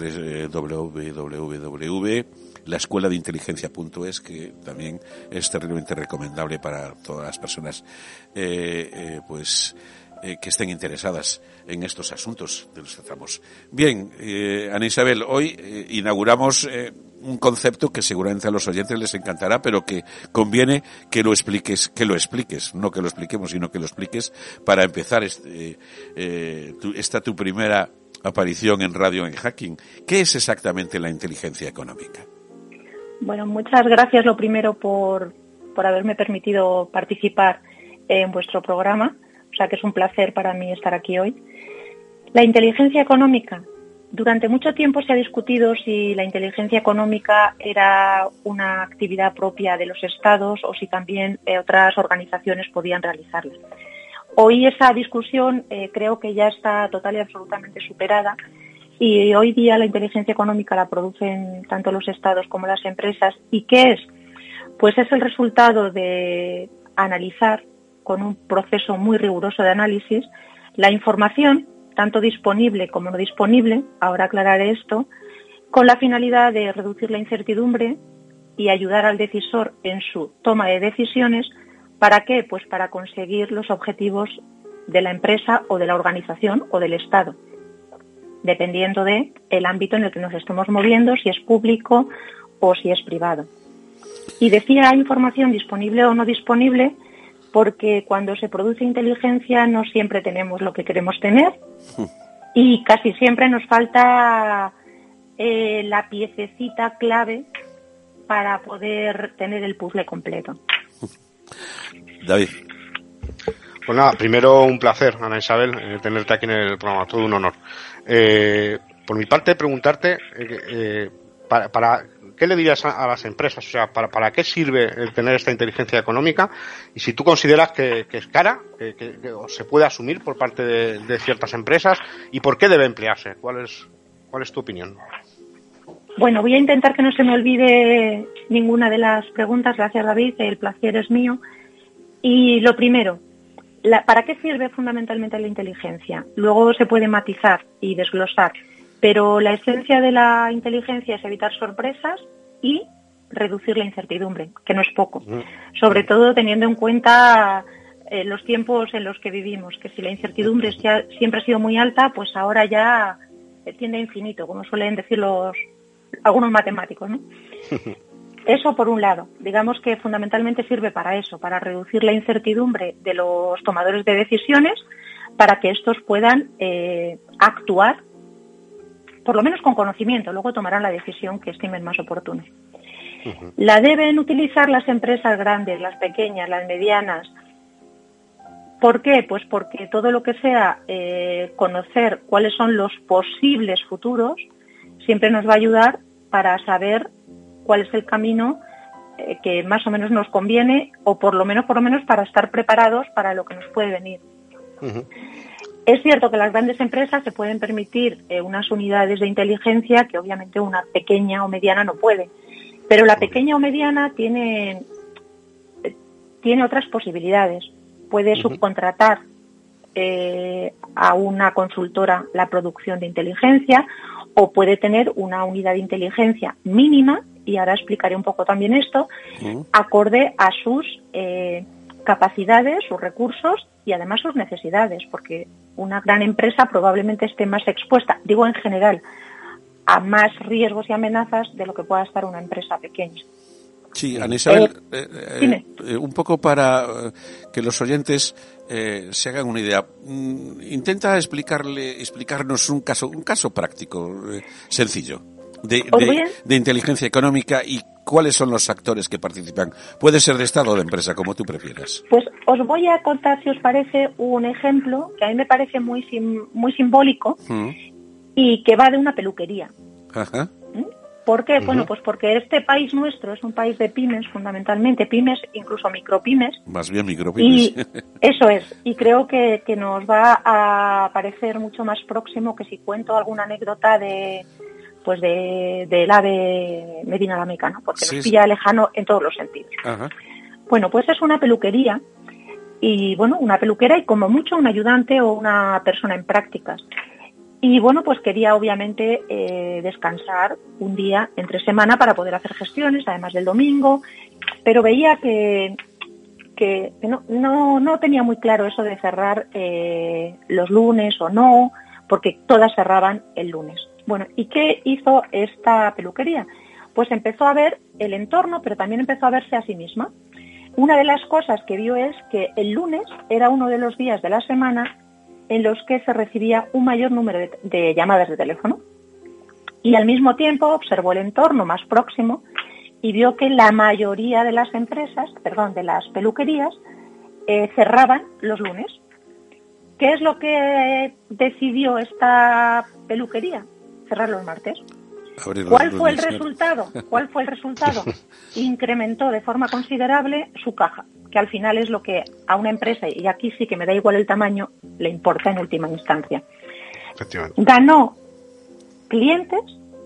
doble u doble u doble u punto la escuela de inteligencia punto es, que también es terriblemente recomendable para todas las personas eh, eh, pues eh, que estén interesadas en estos asuntos de los que tratamos. Bien, eh, Ana Isabel, hoy eh, inauguramos eh, un concepto que seguramente a los oyentes les encantará, pero que conviene que lo expliques, que lo expliques, no que lo expliquemos, sino que lo expliques para empezar este, eh, tu, esta tu primera aparición en radio en Hacking. ¿Qué es exactamente la inteligencia económica? Bueno, muchas gracias lo primero por, por haberme permitido participar en vuestro programa, o sea que es un placer para mí estar aquí hoy. La inteligencia económica. Durante mucho tiempo se ha discutido si la inteligencia económica era una actividad propia de los estados o si también eh, otras organizaciones podían realizarla. Hoy esa discusión eh, creo que ya está total y absolutamente superada, y hoy día la inteligencia económica la producen tanto los estados como las empresas. ¿Y qué es? Pues es el resultado de analizar con un proceso muy riguroso de análisis la información, tanto disponible como no disponible, ahora aclararé esto, con la finalidad de reducir la incertidumbre y ayudar al decisor en su toma de decisiones. ¿Para qué? Pues para conseguir los objetivos de la empresa o de la organización o del Estado, dependiendo de el ámbito en el que nos estemos moviendo, si es público o si es privado. Y decía información disponible o no disponible, porque cuando se produce inteligencia no siempre tenemos lo que queremos tener y casi siempre nos falta eh, la piececita clave para poder tener el puzzle completo. David. Pues nada, primero un placer, Ana Isabel, eh, tenerte aquí en el programa, todo un honor. Eh, por mi parte, preguntarte, eh, eh, para, para ¿qué le dirías a, a las empresas? O sea, ¿para, ¿para qué sirve el tener esta inteligencia económica? Y si tú consideras que, que es cara, que, que, que se puede asumir por parte de, de ciertas empresas, ¿y por qué debe emplearse? ¿Cuál es, cuál es tu opinión? Bueno, voy a intentar que no se me olvide ninguna de las preguntas. Gracias, David. El placer es mío. Y lo primero, la, ¿para qué sirve fundamentalmente la inteligencia? Luego se puede matizar y desglosar, pero la esencia de la inteligencia es evitar sorpresas y reducir la incertidumbre, que no es poco. Sobre todo teniendo en cuenta eh, los tiempos en los que vivimos, que si la incertidumbre ya, siempre ha sido muy alta, pues ahora ya tiende a infinito, como suelen decir los algunos matemáticos, ¿no? Eso por un lado. Digamos que fundamentalmente sirve para eso, para reducir la incertidumbre de los tomadores de decisiones, para que estos puedan eh, actuar, por lo menos con conocimiento, luego tomarán la decisión que estimen más oportuna. Uh-huh. La deben utilizar las empresas grandes, las pequeñas, las medianas. ¿Por qué? Pues porque todo lo que sea eh, conocer cuáles son los posibles futuros siempre nos va a ayudar para saber cuál es el camino eh, que más o menos nos conviene, o por lo menos por lo menos para estar preparados para lo que nos puede venir. Uh-huh. Es cierto que las grandes empresas se pueden permitir eh, unas unidades de inteligencia que obviamente una pequeña o mediana no puede, pero la pequeña o mediana tiene eh, tiene otras posibilidades. Puede uh-huh. subcontratar eh, a una consultora la producción de inteligencia, o puede tener una unidad de inteligencia mínima, y ahora explicaré un poco también esto, uh-huh. acorde a sus eh, capacidades, sus recursos y además sus necesidades, porque una gran empresa probablemente esté más expuesta, digo en general, a más riesgos y amenazas de lo que pueda estar una empresa pequeña. Sí, Ana Isabel, eh, eh, eh, un poco para eh, que los oyentes eh, se hagan una idea. Mm, intenta explicarle, explicarnos un caso, un caso práctico, eh, sencillo, de, de, de inteligencia económica, y cuáles son los actores que participan. Puede ser de Estado o de empresa, como tú prefieras. Pues os voy a contar, si os parece, un ejemplo que a mí me parece muy sim, muy simbólico mm. y que va de una peluquería. Ajá. ¿Mm? ¿Por qué? Uh-huh. Bueno, pues porque este país nuestro es un país de pymes, fundamentalmente pymes, incluso micropymes. Más bien micropymes. Y eso es. Y creo que, que nos va a parecer mucho más próximo que si cuento alguna anécdota de pues de del ave Medina Lameca, ¿no? Porque sí, nos pilla sí. lejano en todos los sentidos. Uh-huh. Bueno, pues es una peluquería, y bueno, una peluquera y como mucho un ayudante o una persona en prácticas. Y bueno, pues quería obviamente eh, descansar un día entre semana para poder hacer gestiones, además del domingo, pero veía que, que no, no, no tenía muy claro eso de cerrar eh, los lunes o no, porque todas cerraban el lunes. Bueno, ¿y qué hizo esta peluquería? Pues empezó a ver el entorno, pero también empezó a verse a sí misma. Una de las cosas que vio es que el lunes era uno de los días de la semana en los que se recibía un mayor número de, de llamadas de teléfono. Y al mismo tiempo observó el entorno más próximo y vio que la mayoría de las empresas, perdón, de las peluquerías, eh, cerraban los lunes. ¿Qué es lo que decidió esta peluquería? Cerrar los martes. ¿Cuál fue el resultado? ¿Cuál fue el resultado? Incrementó de forma considerable su caja, que al final es lo que a una empresa, y aquí sí que me da igual el tamaño, le importa en última instancia. Ganó clientes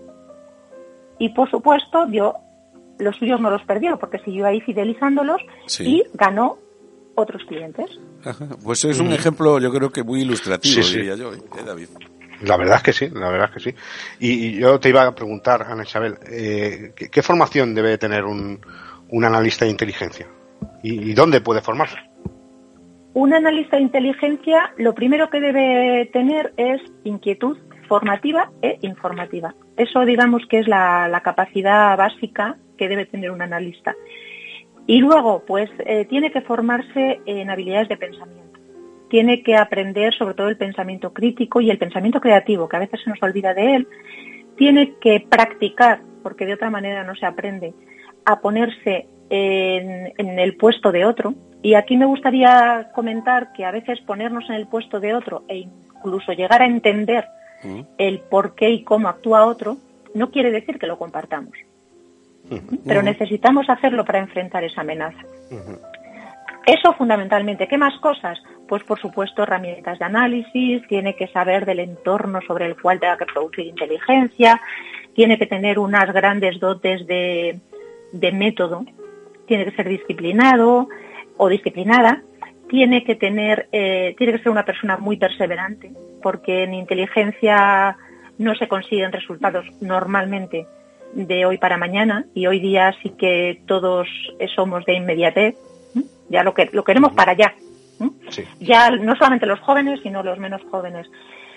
y, por supuesto, dio, los suyos no los perdió, porque siguió ahí fidelizándolos, sí. y ganó otros clientes. Ajá. Pues es un mm. ejemplo, yo creo que muy ilustrativo, sí, diría sí. yo, ¿eh, David? La verdad es que sí, la verdad es que sí. Y, y yo te iba a preguntar, Ana Isabel, eh, ¿qué, ¿qué formación debe tener un, un analista de inteligencia? ¿Y, ¿Y dónde puede formarse? Un analista de inteligencia, lo primero que debe tener es inquietud formativa e informativa. Eso, digamos, que es la, la capacidad básica que debe tener un analista. Y luego, pues, eh, tiene que formarse en habilidades de pensamiento. Tiene que aprender sobre todo el pensamiento crítico y el pensamiento creativo, que a veces se nos olvida de él. Tiene que practicar, porque de otra manera no se aprende, a ponerse en, en el puesto de otro. Y aquí me gustaría comentar que a veces ponernos en el puesto de otro e incluso llegar a entender el por qué y cómo actúa otro, no quiere decir que lo compartamos. Uh-huh. Pero necesitamos hacerlo para enfrentar esa amenaza. Uh-huh. Eso fundamentalmente. ¿Qué más cosas? Pues por supuesto herramientas de análisis, tiene que saber del entorno sobre el cual tenga que producir inteligencia, tiene que tener unas grandes dotes de, de método, tiene que ser disciplinado o disciplinada, tiene que tener, eh, tiene que ser una persona muy perseverante, porque en inteligencia no se consiguen resultados normalmente de hoy para mañana, y hoy día sí que todos somos de inmediatez, ¿eh? Ya lo que lo queremos para allá. ¿eh? Sí. Ya no solamente los jóvenes, sino los menos jóvenes.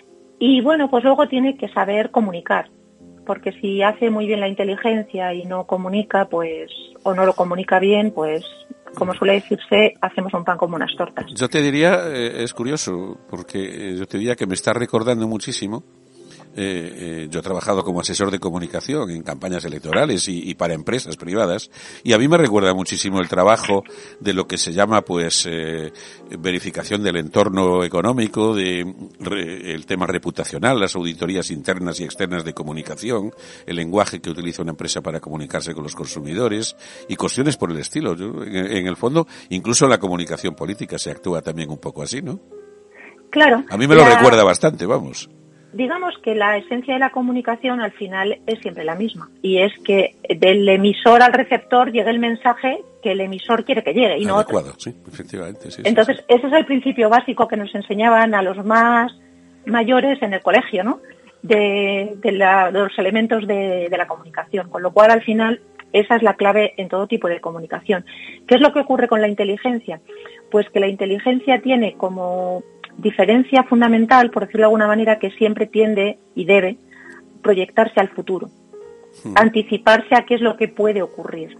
Y bueno, pues luego tiene que saber comunicar, porque si hace muy bien la inteligencia y no comunica, pues, o no lo comunica bien, pues, como suele decirse, hacemos un pan como unas tortas. Yo te diría, eh, es curioso, porque yo te diría que me está recordando muchísimo. Eh, eh, yo he trabajado como asesor de comunicación en campañas electorales y, y para empresas privadas, y a mí me recuerda muchísimo el trabajo de lo que se llama pues eh, verificación del entorno económico, de re, el tema reputacional, las auditorías internas y externas de comunicación, el lenguaje que utiliza una empresa para comunicarse con los consumidores y cuestiones por el estilo. Yo, en, en el fondo, incluso la comunicación política se actúa también un poco así, ¿no? Claro. A mí me la... lo recuerda bastante, vamos. Digamos que la esencia de la comunicación al final es siempre la misma, y es que del emisor al receptor llegue el mensaje que el emisor quiere que llegue y no adecuado, otro. Sí, efectivamente. Sí, Entonces, sí, sí. ese es el principio básico que nos enseñaban a los más mayores en el colegio, ¿no? De, de, la, de los elementos de, de la comunicación, con lo cual al final esa es la clave en todo tipo de comunicación. ¿Qué es lo que ocurre con la inteligencia? Pues que la inteligencia tiene como diferencia fundamental, por decirlo de alguna manera, que siempre tiende y debe proyectarse al futuro, hmm. anticiparse a qué es lo que puede ocurrir.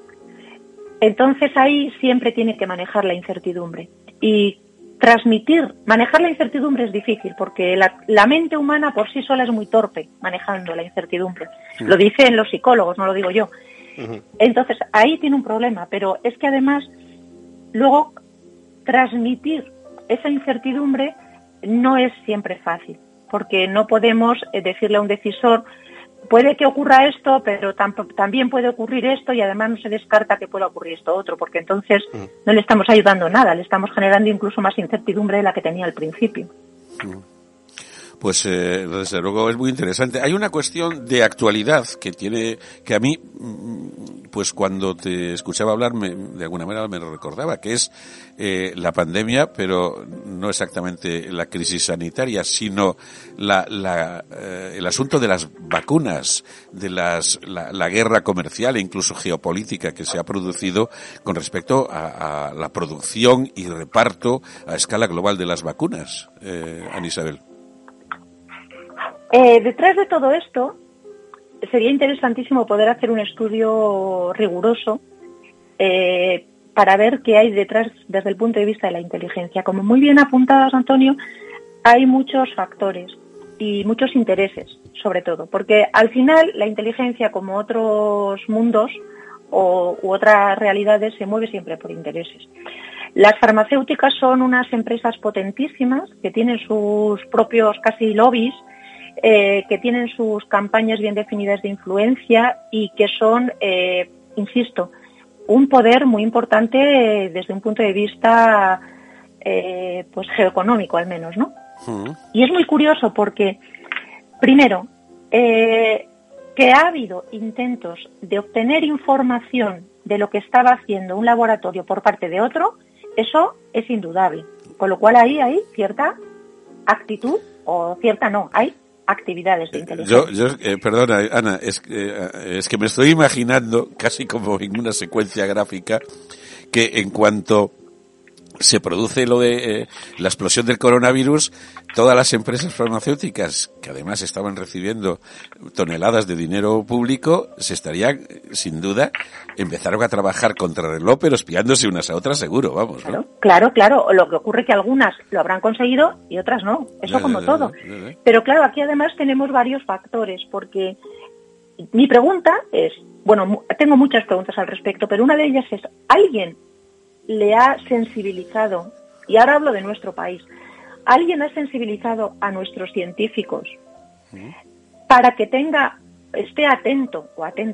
Entonces ahí siempre tiene que manejar la incertidumbre y transmitir, manejar la incertidumbre es difícil porque la, la mente humana por sí sola es muy torpe manejando la incertidumbre. Hmm. Lo dicen los psicólogos, no lo digo yo. Uh-huh. Entonces ahí tiene un problema, pero es que además luego transmitir esa incertidumbre no es siempre fácil, porque no podemos decirle a un decisor, puede que ocurra esto, pero tam- también puede ocurrir esto, y además no se descarta que pueda ocurrir esto otro, porque entonces mm. no le estamos ayudando nada, le estamos generando incluso más incertidumbre de la que tenía al principio. Mm. Pues eh, desde luego es muy interesante. Hay una cuestión de actualidad que tiene, que a mí, pues cuando te escuchaba hablar, me, de alguna manera me lo recordaba, que es eh, la pandemia, pero no exactamente la crisis sanitaria, sino la, la, eh, el asunto de las vacunas, de las, la, la guerra comercial e incluso geopolítica que se ha producido con respecto a, a la producción y reparto a escala global de las vacunas. Eh, Ana Isabel. Eh, detrás de todo esto, sería interesantísimo poder hacer un estudio riguroso eh, para ver qué hay detrás desde el punto de vista de la inteligencia. Como muy bien apuntabas, Antonio, hay muchos factores y muchos intereses, sobre todo, porque al final la inteligencia, como otros mundos o, u otras realidades, se mueve siempre por intereses. Las farmacéuticas son unas empresas potentísimas que tienen sus propios casi lobbies, Eh, que tienen sus campañas bien definidas de influencia y que son, eh, insisto, un poder muy importante eh, desde un punto de vista eh, pues geoeconómico al menos, ¿no? Uh-huh. Y es muy curioso porque, primero, eh, que ha habido intentos de obtener información de lo que estaba haciendo un laboratorio por parte de otro, eso es indudable. Con lo cual ahí hay cierta actitud, o cierta no, hay actividades de inteligencia. Yo, yo eh, perdona, Ana, es, eh, es que me estoy imaginando, casi como en una secuencia gráfica, que en cuanto se produce lo de eh, la explosión del coronavirus, todas las empresas farmacéuticas, que además estaban recibiendo toneladas de dinero público, se estarían, sin duda, empezaron a trabajar contra reloj, pero espiándose unas a otras seguro, vamos, ¿no? Claro, claro, claro. Lo que ocurre es que algunas lo habrán conseguido y otras no. Eso como todo. Pero claro, aquí además tenemos varios factores, porque mi pregunta es, bueno, tengo muchas preguntas al respecto, pero una de ellas es, ¿alguien le ha sensibilizado, y ahora hablo de nuestro país, alguien ha sensibilizado a nuestros científicos para que tenga, esté atento o atenta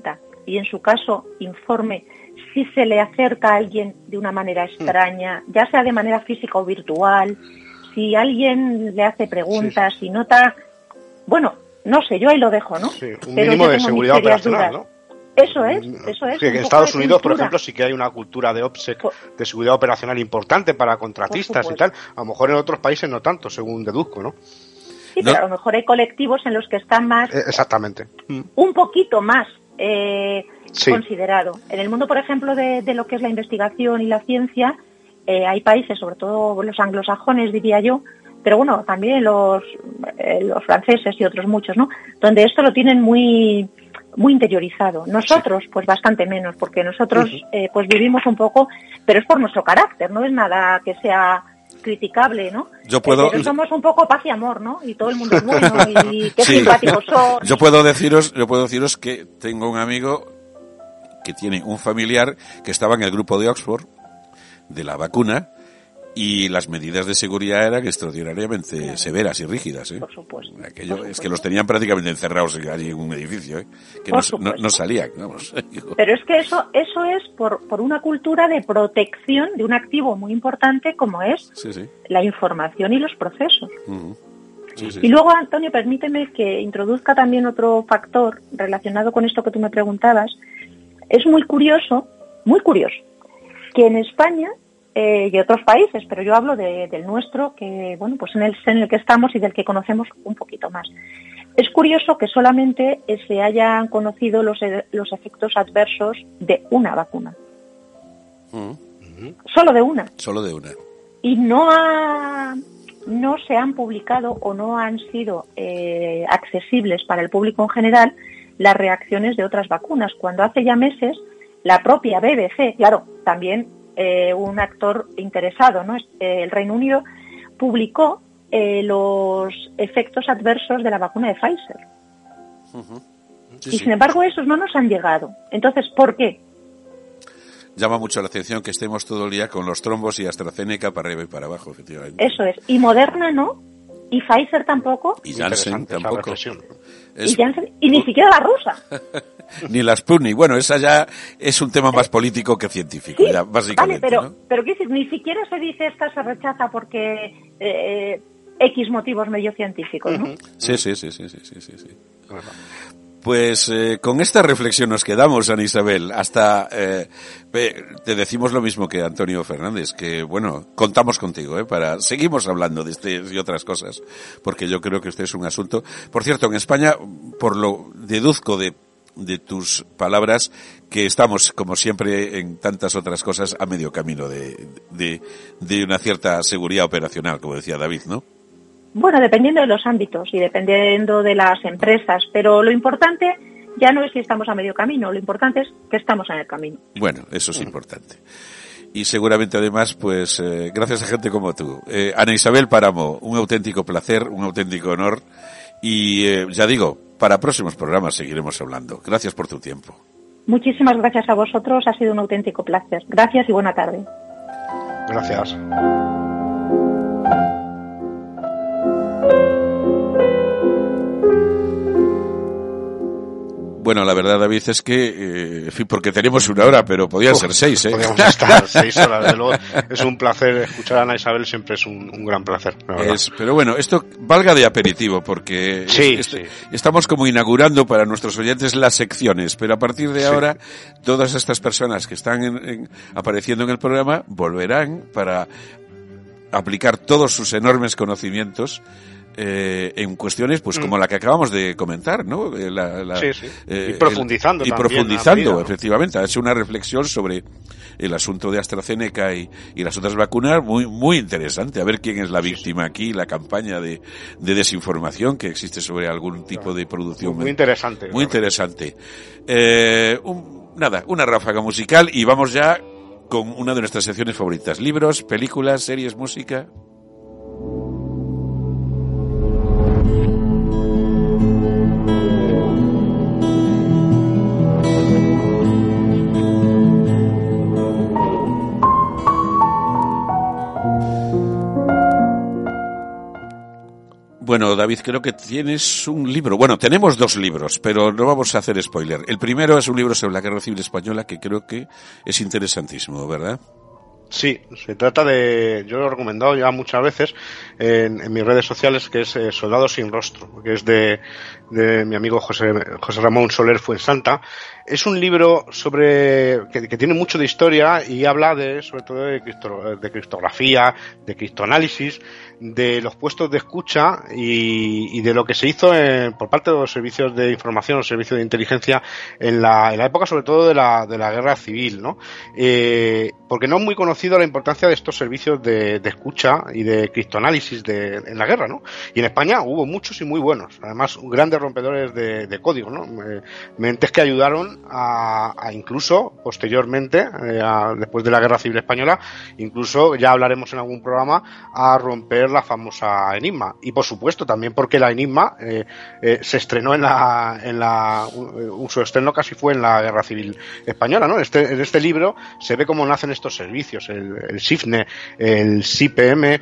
y en su caso informe si se le acerca a alguien de una manera extraña, ya sea de manera física o virtual, si alguien le hace preguntas, sí. si nota, bueno, no sé, yo ahí lo dejo, ¿no? Sí, un Pero mínimo de seguridad operacional, dudas. ¿no? Eso es, eso es. Sí, en Estados Unidos, por ejemplo, sí que hay una cultura de OPSEC, de seguridad operacional importante para contratistas y tal. A lo mejor en otros países no tanto, según deduzco, ¿no? Sí, pero no. a lo mejor hay colectivos en los que está más... Exactamente. Un poquito más eh, sí. considerado. En el mundo, por ejemplo, de, de lo que es la investigación y la ciencia, eh, hay países, sobre todo los anglosajones, diría yo, pero bueno, también los, eh, los franceses y otros muchos, ¿no? Donde esto lo tienen muy... muy interiorizado. Nosotros, sí. pues bastante menos, porque nosotros uh-huh. eh, pues vivimos un poco, pero es por nuestro carácter, no es nada que sea criticable, ¿no? Yo puedo... Eh, pero somos un poco paz y amor, ¿no? Y todo el mundo es bueno y qué sí. simpáticos son. Yo puedo deciros, yo puedo deciros que tengo un amigo que tiene un familiar que estaba en el grupo de Oxford de la vacuna. Y las medidas de seguridad eran extraordinariamente claro. severas y rígidas, ¿eh? Por supuesto. Aquello, Por supuesto. Es que los tenían prácticamente encerrados allí en un edificio, ¿eh? Que no, no, no salían, vamos. Pero es que eso eso es por, por una cultura de protección de un activo muy importante como es sí, sí. la información y los procesos. Uh-huh. Sí, sí, y luego, Antonio, permíteme que introduzca también otro factor relacionado con esto que tú me preguntabas. Es muy curioso, muy curioso, que en España... Eh, y otros países, pero yo hablo de, del nuestro, que bueno, pues en el en el que estamos y del que conocemos un poquito más. Es curioso que solamente eh, se hayan conocido los, los efectos adversos de una vacuna. Uh-huh. Solo de una. Solo de una. Y no ha, no se han publicado o no han sido eh, accesibles para el público en general las reacciones de otras vacunas. Cuando hace ya meses la propia B B C, claro, también Eh, un actor interesado, ¿no? Eh, el Reino Unido publicó eh, los efectos adversos de la vacuna de Pfizer. Uh-huh. Sí, y sí. sin embargo esos no nos han llegado. Entonces, ¿por qué? Llama mucho la atención que estemos todo el día con los trombos y AstraZeneca para arriba y para abajo, efectivamente. Eso es. Y Moderna no, y Pfizer tampoco. Y Janssen tampoco. Es... Y, Janssen, y ni siquiera la rusa. Ni la Sputnik. Bueno, esa ya es un tema más político que científico, sí, ya, básicamente. Vale, pero, ¿no? pero ¿qué decir? Ni siquiera se dice esta se rechaza porque eh, X motivos medio científicos, ¿no? Sí, sí, sí, sí, sí, sí, sí. sí. Pues eh, con esta reflexión nos quedamos, Ana Isabel. Hasta eh, te decimos lo mismo que Antonio Fernández, que bueno, contamos contigo, ¿eh? Para seguimos hablando de este y otras cosas, porque yo creo que este es un asunto. Por cierto, en España, por lo deduzco de de tus palabras, que estamos, como siempre, en tantas otras cosas, a medio camino de, de, de una cierta seguridad operacional, como decía David, ¿no? Bueno, dependiendo de los ámbitos y dependiendo de las empresas, pero lo importante ya no es si estamos a medio camino, lo importante es que estamos en el camino. Bueno, eso es importante. Y seguramente además, pues, eh, gracias a gente como tú. Eh, Ana Isabel Páramo, un auténtico placer, un auténtico honor, y eh, ya digo, para próximos programas seguiremos hablando. Gracias por tu tiempo. Muchísimas gracias a vosotros, ha sido un auténtico placer. Gracias y buena tarde. Gracias. Bueno, la verdad, David, es que, eh, en fin, porque tenemos una hora, pero podían Uf, ser seis, ¿eh? Podríamos estar seis horas, desde luego. Es un placer escuchar a Ana Isabel, siempre es un, un gran placer, la verdad. Es, pero bueno, esto valga de aperitivo, porque sí, es, sí. Es, estamos como inaugurando para nuestros oyentes las secciones, pero a partir de sí. ahora, todas estas personas que están en, en, apareciendo en el programa volverán para aplicar todos sus enormes conocimientos Eh, en cuestiones pues mm. como la que acabamos de comentar, ¿no? La, la, sí, sí. Eh, y profundizando el, y también, profundizando, ¿no? efectivamente, ha hecho una reflexión sobre el asunto de AstraZeneca y, y las otras vacunas muy muy interesante, a ver quién es la víctima aquí, la campaña de, de desinformación que existe sobre algún tipo de producción. Muy interesante. Muy interesante. Eh, un, nada, una ráfaga musical y vamos ya con una de nuestras secciones favoritas, libros, películas, series, música. Bueno, Bueno, David, creo que tienes un libro. Bueno, tenemos dos libros, pero no vamos a hacer spoiler. El primero es un libro sobre la Guerra Civil Española que creo que es interesantísimo, ¿verdad? Sí, se trata de, yo lo he recomendado ya muchas veces en, en mis redes sociales, que es eh, Soldados sin rostro, que es de, de mi amigo José, José Ramón Soler Fuensanta. Es un libro sobre que, que tiene mucho de historia y habla de, sobre todo de, cripto, de criptografía, de criptoanálisis, de los puestos de escucha y, y de lo que se hizo en, por parte de los servicios de información, los servicios de inteligencia en la, en la época sobre todo de la, de la guerra civil, ¿no? Eh, porque no es muy conocido la importancia de estos servicios de, de escucha y de criptoanálisis de, en la guerra, ¿no? Y en España hubo muchos y muy buenos, además grandes rompedores de, de código, ¿no? Eh, mentes que ayudaron a, a incluso posteriormente, eh, a, después de la guerra civil española, incluso ya hablaremos en algún programa, a romper la famosa Enigma. Y por supuesto también porque la Enigma eh, eh, se estrenó en la, en la, un, su estreno casi fue en la guerra civil española, ¿no? Este, en este libro se ve cómo nacen estos servicios, el, el SIFNE, el S I P M,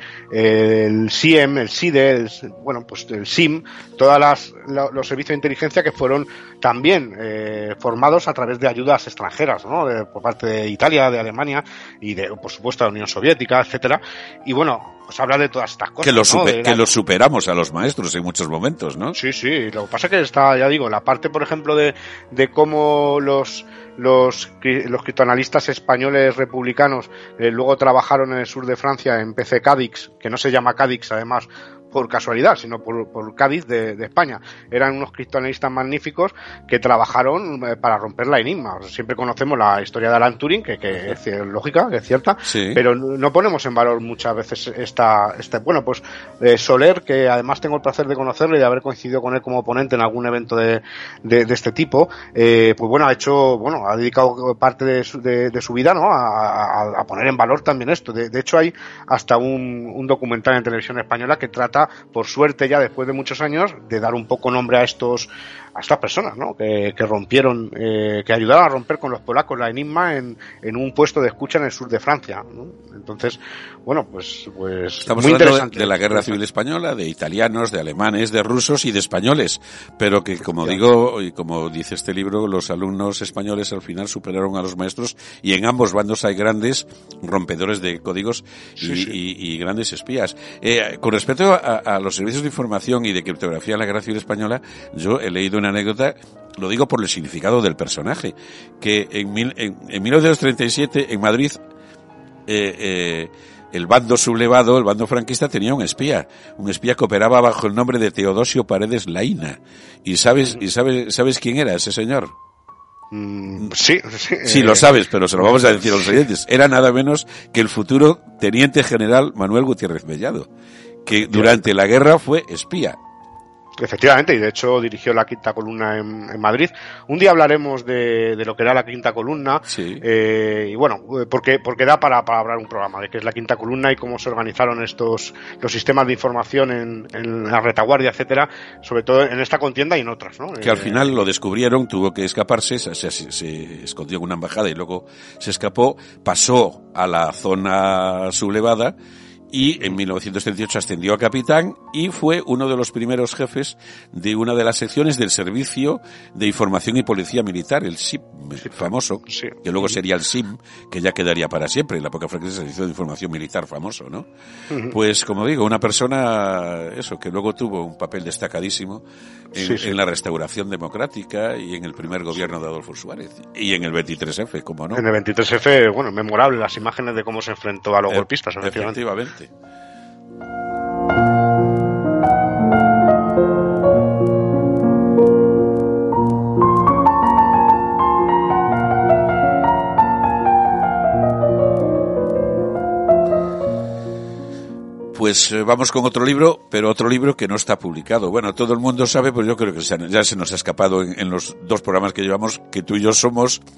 el S I E M, el S I D E, el, bueno, pues el S I M, todas las, los servicios de inteligencia que fueron también eh, formados a través de ayudas extranjeras, ¿no? De, por parte de Italia, de Alemania y de, por supuesto, de la Unión Soviética, etcétera. Y bueno, pues habla de todas estas cosas. Que los, super, ¿no? que la... los superamos a los maestros en muchos momentos, ¿no? Sí, sí. Lo que pasa es que está, ya digo, la parte, por ejemplo, de, de cómo los los los criptoanalistas españoles republicanos eh, luego trabajaron en el sur de Francia en P C Cadix, que no se llama Cadix, además, por casualidad, sino por, por Cádiz de, de España. Eran unos criptoanalistas magníficos que trabajaron eh, para romper la Enigma. O sea, siempre conocemos la historia de Alan Turing, que, que es lógica, que es cierta, sí, pero no ponemos en valor muchas veces esta, este, bueno, pues eh, Soler, que además tengo el placer de conocerle y de haber coincidido con él como ponente en algún evento de, de, de este tipo, eh, pues bueno, ha hecho, bueno, ha dedicado parte de su, de, de su vida, ¿no? A, a, a poner en valor también esto. De, de hecho, hay hasta un, un documental en televisión española que trata, por suerte ya después de muchos años, de dar un poco nombre a estos a estas personas, ¿no? Que, que rompieron, eh, que ayudaron a romper con los polacos la Enigma en, en un puesto de escucha en el sur de Francia, ¿no? Entonces, bueno, pues, pues estamos muy hablando interesante de, de la Guerra Civil Española, de italianos, de alemanes, de rusos y de españoles, pero que, como sí, digo, y como dice este libro, los alumnos españoles al final superaron a los maestros y en ambos bandos hay grandes rompedores de códigos y, sí, sí. y, y grandes espías. Eh, con respecto a, a los servicios de información y de criptografía en la Guerra Civil Española, yo he leído una anécdota, lo digo por el significado del personaje, que en, mil, en, en mil novecientos treinta y siete en Madrid eh, eh, el bando sublevado, el bando franquista, tenía un espía, un espía que operaba bajo el nombre de Teodosio Paredes Laína. ¿Y sabes, y sabes, sabes quién era ese señor? Mm, sí, sí, sí, lo sabes, pero se lo vamos a decir a los oyentes. Era nada menos que el futuro teniente general Manuel Gutiérrez Mellado, que durante la guerra fue espía. Efectivamente, y de hecho dirigió la Quinta Columna en, en Madrid. Un día hablaremos de, de lo que era la Quinta Columna, sí. eh, y bueno, porque, porque da para, para hablar un programa de qué es la Quinta Columna y cómo se organizaron estos, los sistemas de información en, en la retaguardia, etcétera, sobre todo en esta contienda y en otras, ¿no? Que al final lo descubrieron, tuvo que escaparse, se, se, se escondió en una embajada y luego se escapó, pasó a la zona sublevada, y en mil novecientos treinta y ocho ascendió a capitán y fue uno de los primeros jefes de una de las secciones del Servicio de Información y Policía Militar, el S I P, famoso, sí, que luego sería el S I M, que ya quedaría para siempre, en la época franquista, Servicio de Información Militar famoso, ¿no? Uh-huh. Pues, como digo, una persona, eso, que luego tuvo un papel destacadísimo en, sí, sí. en la restauración democrática y en el primer gobierno de Adolfo Suárez, y en el veintitrés efe, como no. En el veintitrés efe, bueno, memorable las imágenes de cómo se enfrentó a los eh, golpistas, efectivamente. efectivamente. Pues eh, vamos con otro libro, pero otro libro que no está publicado. Bueno, todo el mundo sabe, pues yo creo que se, ya se nos ha escapado en, en los dos programas que llevamos, que tú y yo somos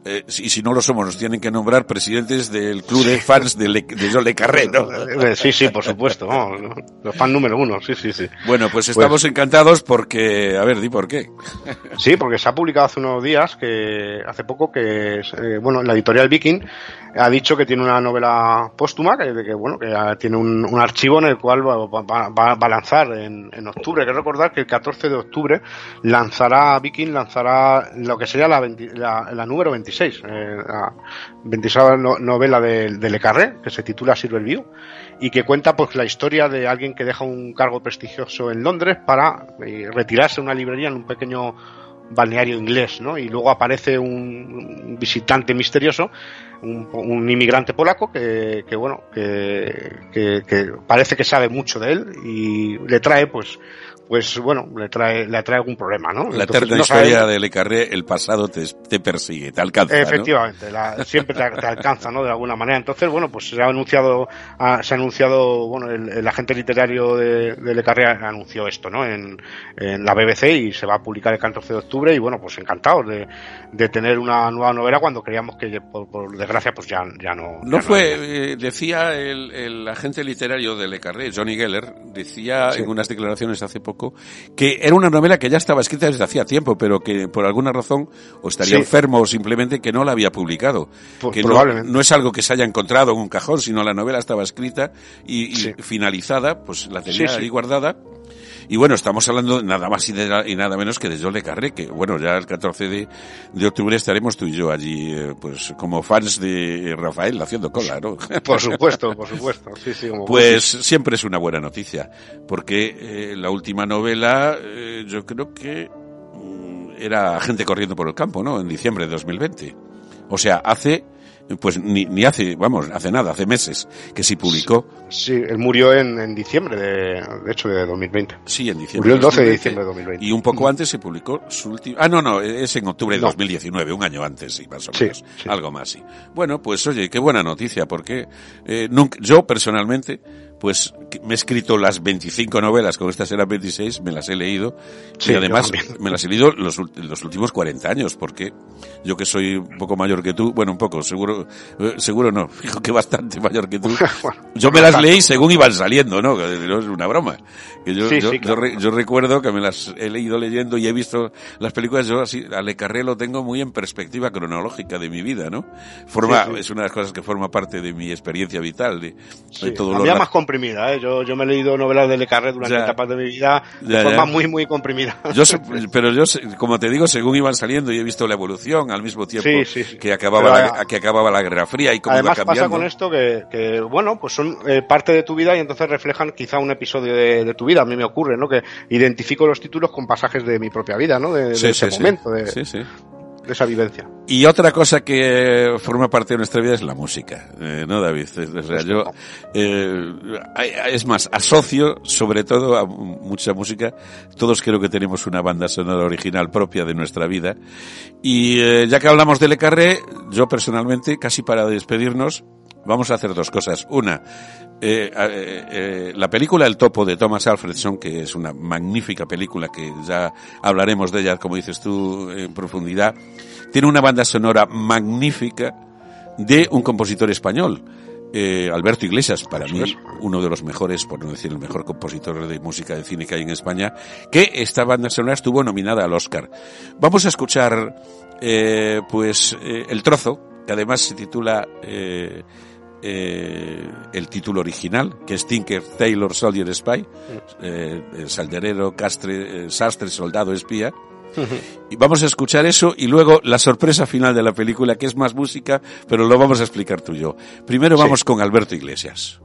Eh, y si no lo somos, nos tienen que nombrar presidentes del club de fans de, Le, de John Le Carré, ¿no? Sí, sí, por supuesto, ¿no? Los fan número uno, sí, sí, sí. Bueno, pues estamos pues, encantados porque, a ver, di por qué. Sí, porque se ha publicado hace unos días, que hace poco, que, eh, bueno, la editorial Viking ha dicho que tiene una novela póstuma, que, que bueno, que tiene un, un archivo en el cual va, va, va, va a lanzar en, en octubre. Hay que recordar que el catorce de octubre lanzará, Viking lanzará lo que sería la, la, la número veintiséis. Eh, la veintiséis no, novela de, de Le Carré, que se titula Silverview, y que cuenta pues la historia de alguien que deja un cargo prestigioso en Londres para eh, retirarse a una librería en un pequeño balneario inglés, ¿no? Y luego aparece un, un visitante misterioso, un, un inmigrante polaco que, que bueno, que, que, que parece que sabe mucho de él y le trae pues pues bueno, le trae, le trae algún problema, ¿no? La eterna no historia sabe... de Le Carré, el pasado te, te persigue, te alcanza, efectivamente, ¿no? la, siempre te, te alcanza, ¿no? De alguna manera. Entonces, bueno, pues se ha anunciado, ha, se ha anunciado, bueno, el, el agente literario de, de Le Carré anunció esto, ¿no? En, en la B B C y se va a publicar el catorce de octubre y bueno, pues encantados de, de tener una nueva novela cuando creíamos que por, por desgracia pues ya, ya no. No ya fue, no eh, decía el, el agente literario de Le Carré, Johnny Geller, decía sí. en unas declaraciones hace poco que era una novela que ya estaba escrita desde hacía tiempo, pero que por alguna razón o estaría sí. enfermo o simplemente que no la había publicado. P- que no, no es algo que se haya encontrado en un cajón, sino la novela estaba escrita y, y sí. finalizada, pues la tenía sí, ahí sí. guardada. Y bueno, estamos hablando nada más y, de, y nada menos que de John Le Carré, que bueno, ya el catorce de, de octubre estaremos tú y yo allí, eh, pues como fans de Rafael haciendo cola, ¿no? Por supuesto, por supuesto. Sí, sí, como pues siempre es una buena noticia, porque eh, la última novela, eh, yo creo que mm, era Gente corriendo por el campo, ¿no? En diciembre de dos mil veinte. O sea, hace... Pues ni, ni hace, vamos, hace nada, hace meses que se publicó. Sí, él murió en, en diciembre, de, de hecho, de dos mil veinte. Sí, en diciembre. Murió el doce de diciembre de dos mil veinte. Y un poco antes se publicó su último... Ah, no, no, es en octubre de no. dos mil diecinueve, un año antes, sí, más o menos. Sí, sí. Algo más, sí. Bueno, pues oye, qué buena noticia, porque eh, nunca, yo personalmente... pues me he escrito las veinticinco novelas, con estas eran veintiséis, me las he leído, sí, y además me las he leído los, los últimos cuarenta años, porque yo que soy un poco mayor que tú, bueno, un poco, seguro, eh, seguro no, fijo que bastante mayor que tú, yo me las leí según iban saliendo, ¿no? No es una broma. Que yo, sí, yo, sí, claro. yo, re, yo recuerdo que me las he leído leyendo y he visto las películas, yo así, a Le Carré lo tengo muy en perspectiva cronológica de mi vida, ¿no? Forma, sí, sí. Es una de las cosas que forma parte de mi experiencia vital, de, sí, de todo lo más comprimida, ¿eh? Yo, yo me he leído novelas de Le Carré durante ya, etapas de mi vida de ya, forma ya. muy, muy comprimida. Yo sé, pero yo, como te digo, según iban saliendo y he visto la evolución al mismo tiempo sí, sí, sí. que acababa pero, la, que acababa la Guerra Fría y cómo además iba cambiando. Pasa con esto que, que bueno, pues son eh, parte de tu vida y entonces reflejan quizá un episodio de, de tu vida. A mí me ocurre, ¿no? Que identifico los títulos con pasajes de mi propia vida, ¿no? De, sí, de sí, ese sí. momento, de, sí, sí. de esa vivencia. Y otra cosa que forma parte de nuestra vida es la música, eh, ¿no, David? O sea, yo, eh, es más, asocio sobre todo a mucha música. Todos creo que tenemos una banda sonora original propia de nuestra vida. Y eh, ya que hablamos de Le Carré, yo personalmente, casi para despedirnos, vamos a hacer dos cosas. Una, eh, eh, eh, la película El Topo de Thomas Alfredson, que es una magnífica película que ya hablaremos de ella, como dices tú, en profundidad, tiene una banda sonora magnífica de un compositor español, eh, Alberto Iglesias, para mí uno de los mejores, por no decir el mejor compositor de música de cine que hay en España, que esta banda sonora estuvo nominada al Oscar. Vamos a escuchar eh, pues eh, el trozo, que además se titula eh, eh, el título original, que es Tinker, Tailor, Soldier, Spy, eh, salderero, castre, eh, sastre, soldado, espía. Y vamos a escuchar eso y luego la sorpresa final de la película, que es más música, pero lo vamos a explicar tú y yo. Primero vamos sí. con Alberto Iglesias.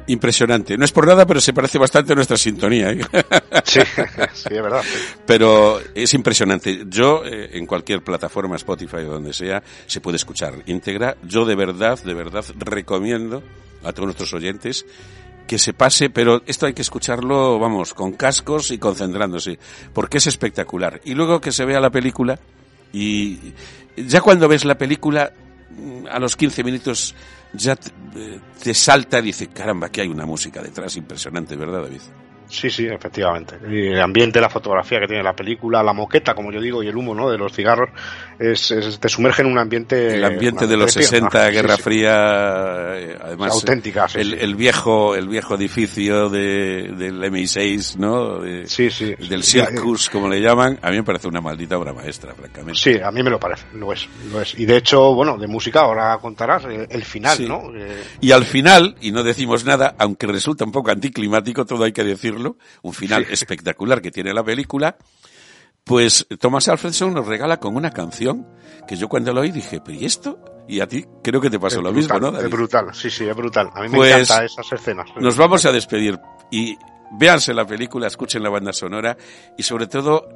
Impresionante. No es por nada, pero se parece bastante a nuestra sintonía, ¿eh? Sí, sí, es verdad. Sí. Pero es impresionante. Yo, eh, en cualquier plataforma, Spotify o donde sea, se puede escuchar íntegra. Yo de verdad, de verdad, recomiendo a todos nuestros oyentes que se pase, pero esto hay que escucharlo, vamos, con cascos y concentrándose, porque es espectacular. Y luego que se vea la película, y ya cuando ves la película, a los quince minutos ya te, te salta y dice, caramba, aquí hay una música detrás impresionante, ¿verdad, David? Sí, sí, efectivamente. Y el ambiente, la fotografía que tiene la película, la moqueta, como yo digo, y el humo, ¿no?, de los cigarros, es, es te sumerge en un ambiente... El ambiente de los sesenta, ¿no? Guerra sí, sí. Fría, además... Auténtica, sí, el, sí. el viejo el viejo edificio de, del eme i seis, ¿no? De, sí, sí. Del Circus, como le llaman, a mí me parece una maldita obra maestra, francamente. Sí, a mí me lo parece, lo es, lo es. Y de hecho, bueno, de música ahora contarás el, el final, sí. ¿no? Eh... Y al final, y no decimos nada, aunque resulta un poco anticlimático, todo hay que decirlo, un final sí. espectacular que tiene la película, pues Thomas Alfredson nos regala con una canción que yo cuando lo oí dije, ¿pero y esto? Y a ti creo que te pasó es lo brutal, mismo, ¿no, David? Es brutal, sí, sí, es brutal. A mí me pues encantan esas escenas. Nos vamos a despedir y véanse la película, escuchen la banda sonora y sobre todo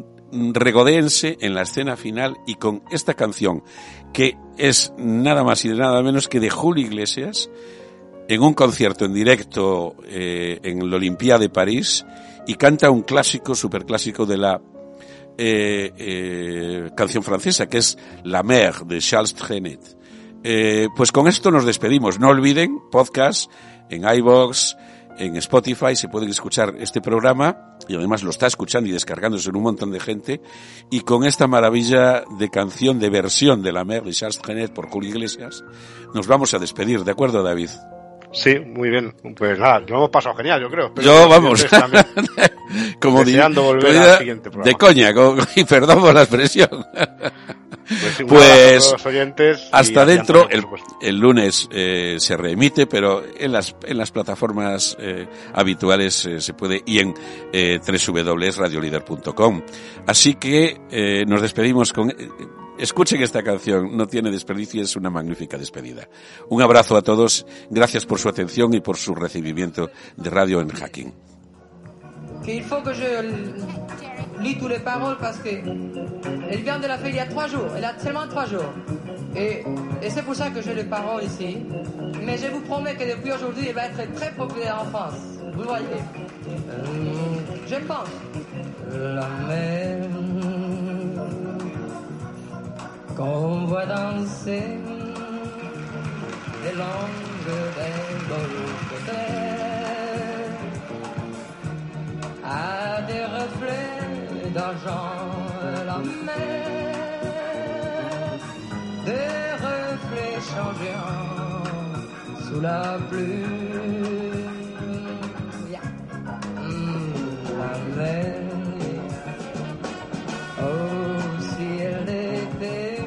regodéense en la escena final y con esta canción que es nada más y nada menos que de Julio Iglesias, en un concierto en directo eh, en el Olympia de París, y canta un clásico, superclásico de la eh, eh, canción francesa, que es La Mer, de Charles Trenet. Eh, pues con esto nos despedimos. No olviden, podcast en iVoox, en Spotify, se pueden escuchar este programa, y además lo está escuchando y descargándose en un montón de gente, y con esta maravilla de canción, de versión de La Mer, de Charles Trenet por Julio Iglesias, nos vamos a despedir. ¿De acuerdo, David? Sí, muy bien. Pues nada, lo hemos pasado genial, yo creo. Pero yo, vamos, como deseando di, volver al siguiente programa. De coña, con, y perdón por la expresión. Pues, pues a todos los oyentes hasta dentro, el, el lunes eh, se reemite, pero en las en las plataformas eh, habituales eh, se puede, y en eh, doble u doble u doble u punto radio líder punto com. Así que eh, nos despedimos con... Eh, Escuchen esta canción, no tiene desperdicio, es una magnífica despedida. Un abrazo a todos, gracias por su atención y por su recibimiento de Radio en Hacking. Il faut que je lis toutes les paroles parce que elle vient de la faire il y a trois jours, elle a seulement trois jours. Et, et c'est pour ça que j'ai les paroles ici. Mais je vous promets que depuis aujourd'hui, elle va être très populaire en France. Vous voyez. Euh, je pense. La mer qu'on voit danser des langues des golfes clairs à des reflets d'argent la mer, des reflets changeants sous la pluie. Yeah. Mm, la mer. Oh, si elle était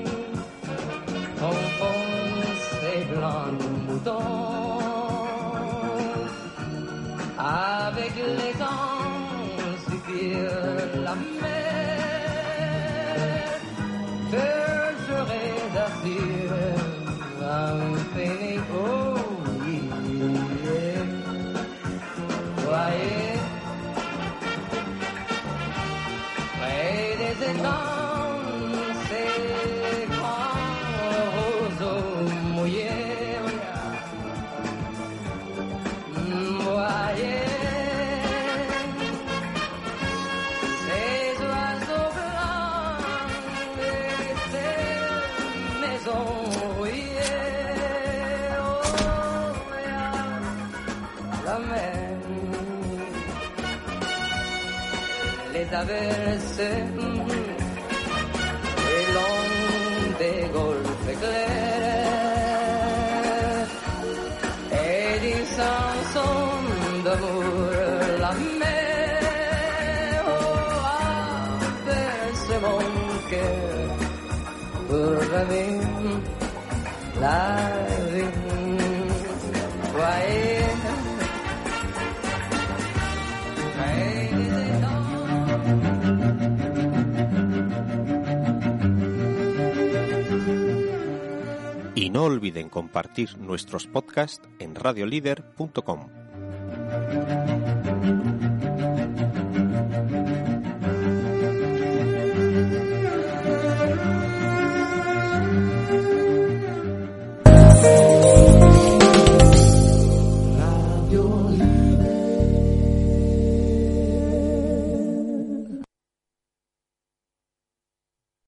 enfoncée blanc de mouton, avec les ans suffire la mer, que j'aurais d'assurer l'infini. Oh, yeah. Voyez, près des étangs, ces grands roseaux mouillés. Voyez, ces oiseaux blancs et ces maisons rouillées. Oh, yeah, la mer, les averses et l'onde des golfes clairs et des chansons d'amour, la mer, oh, averse mon cœur pour rêver la vie. Voyez, Y no olviden compartir nuestros podcasts en radiolider punto com. Radio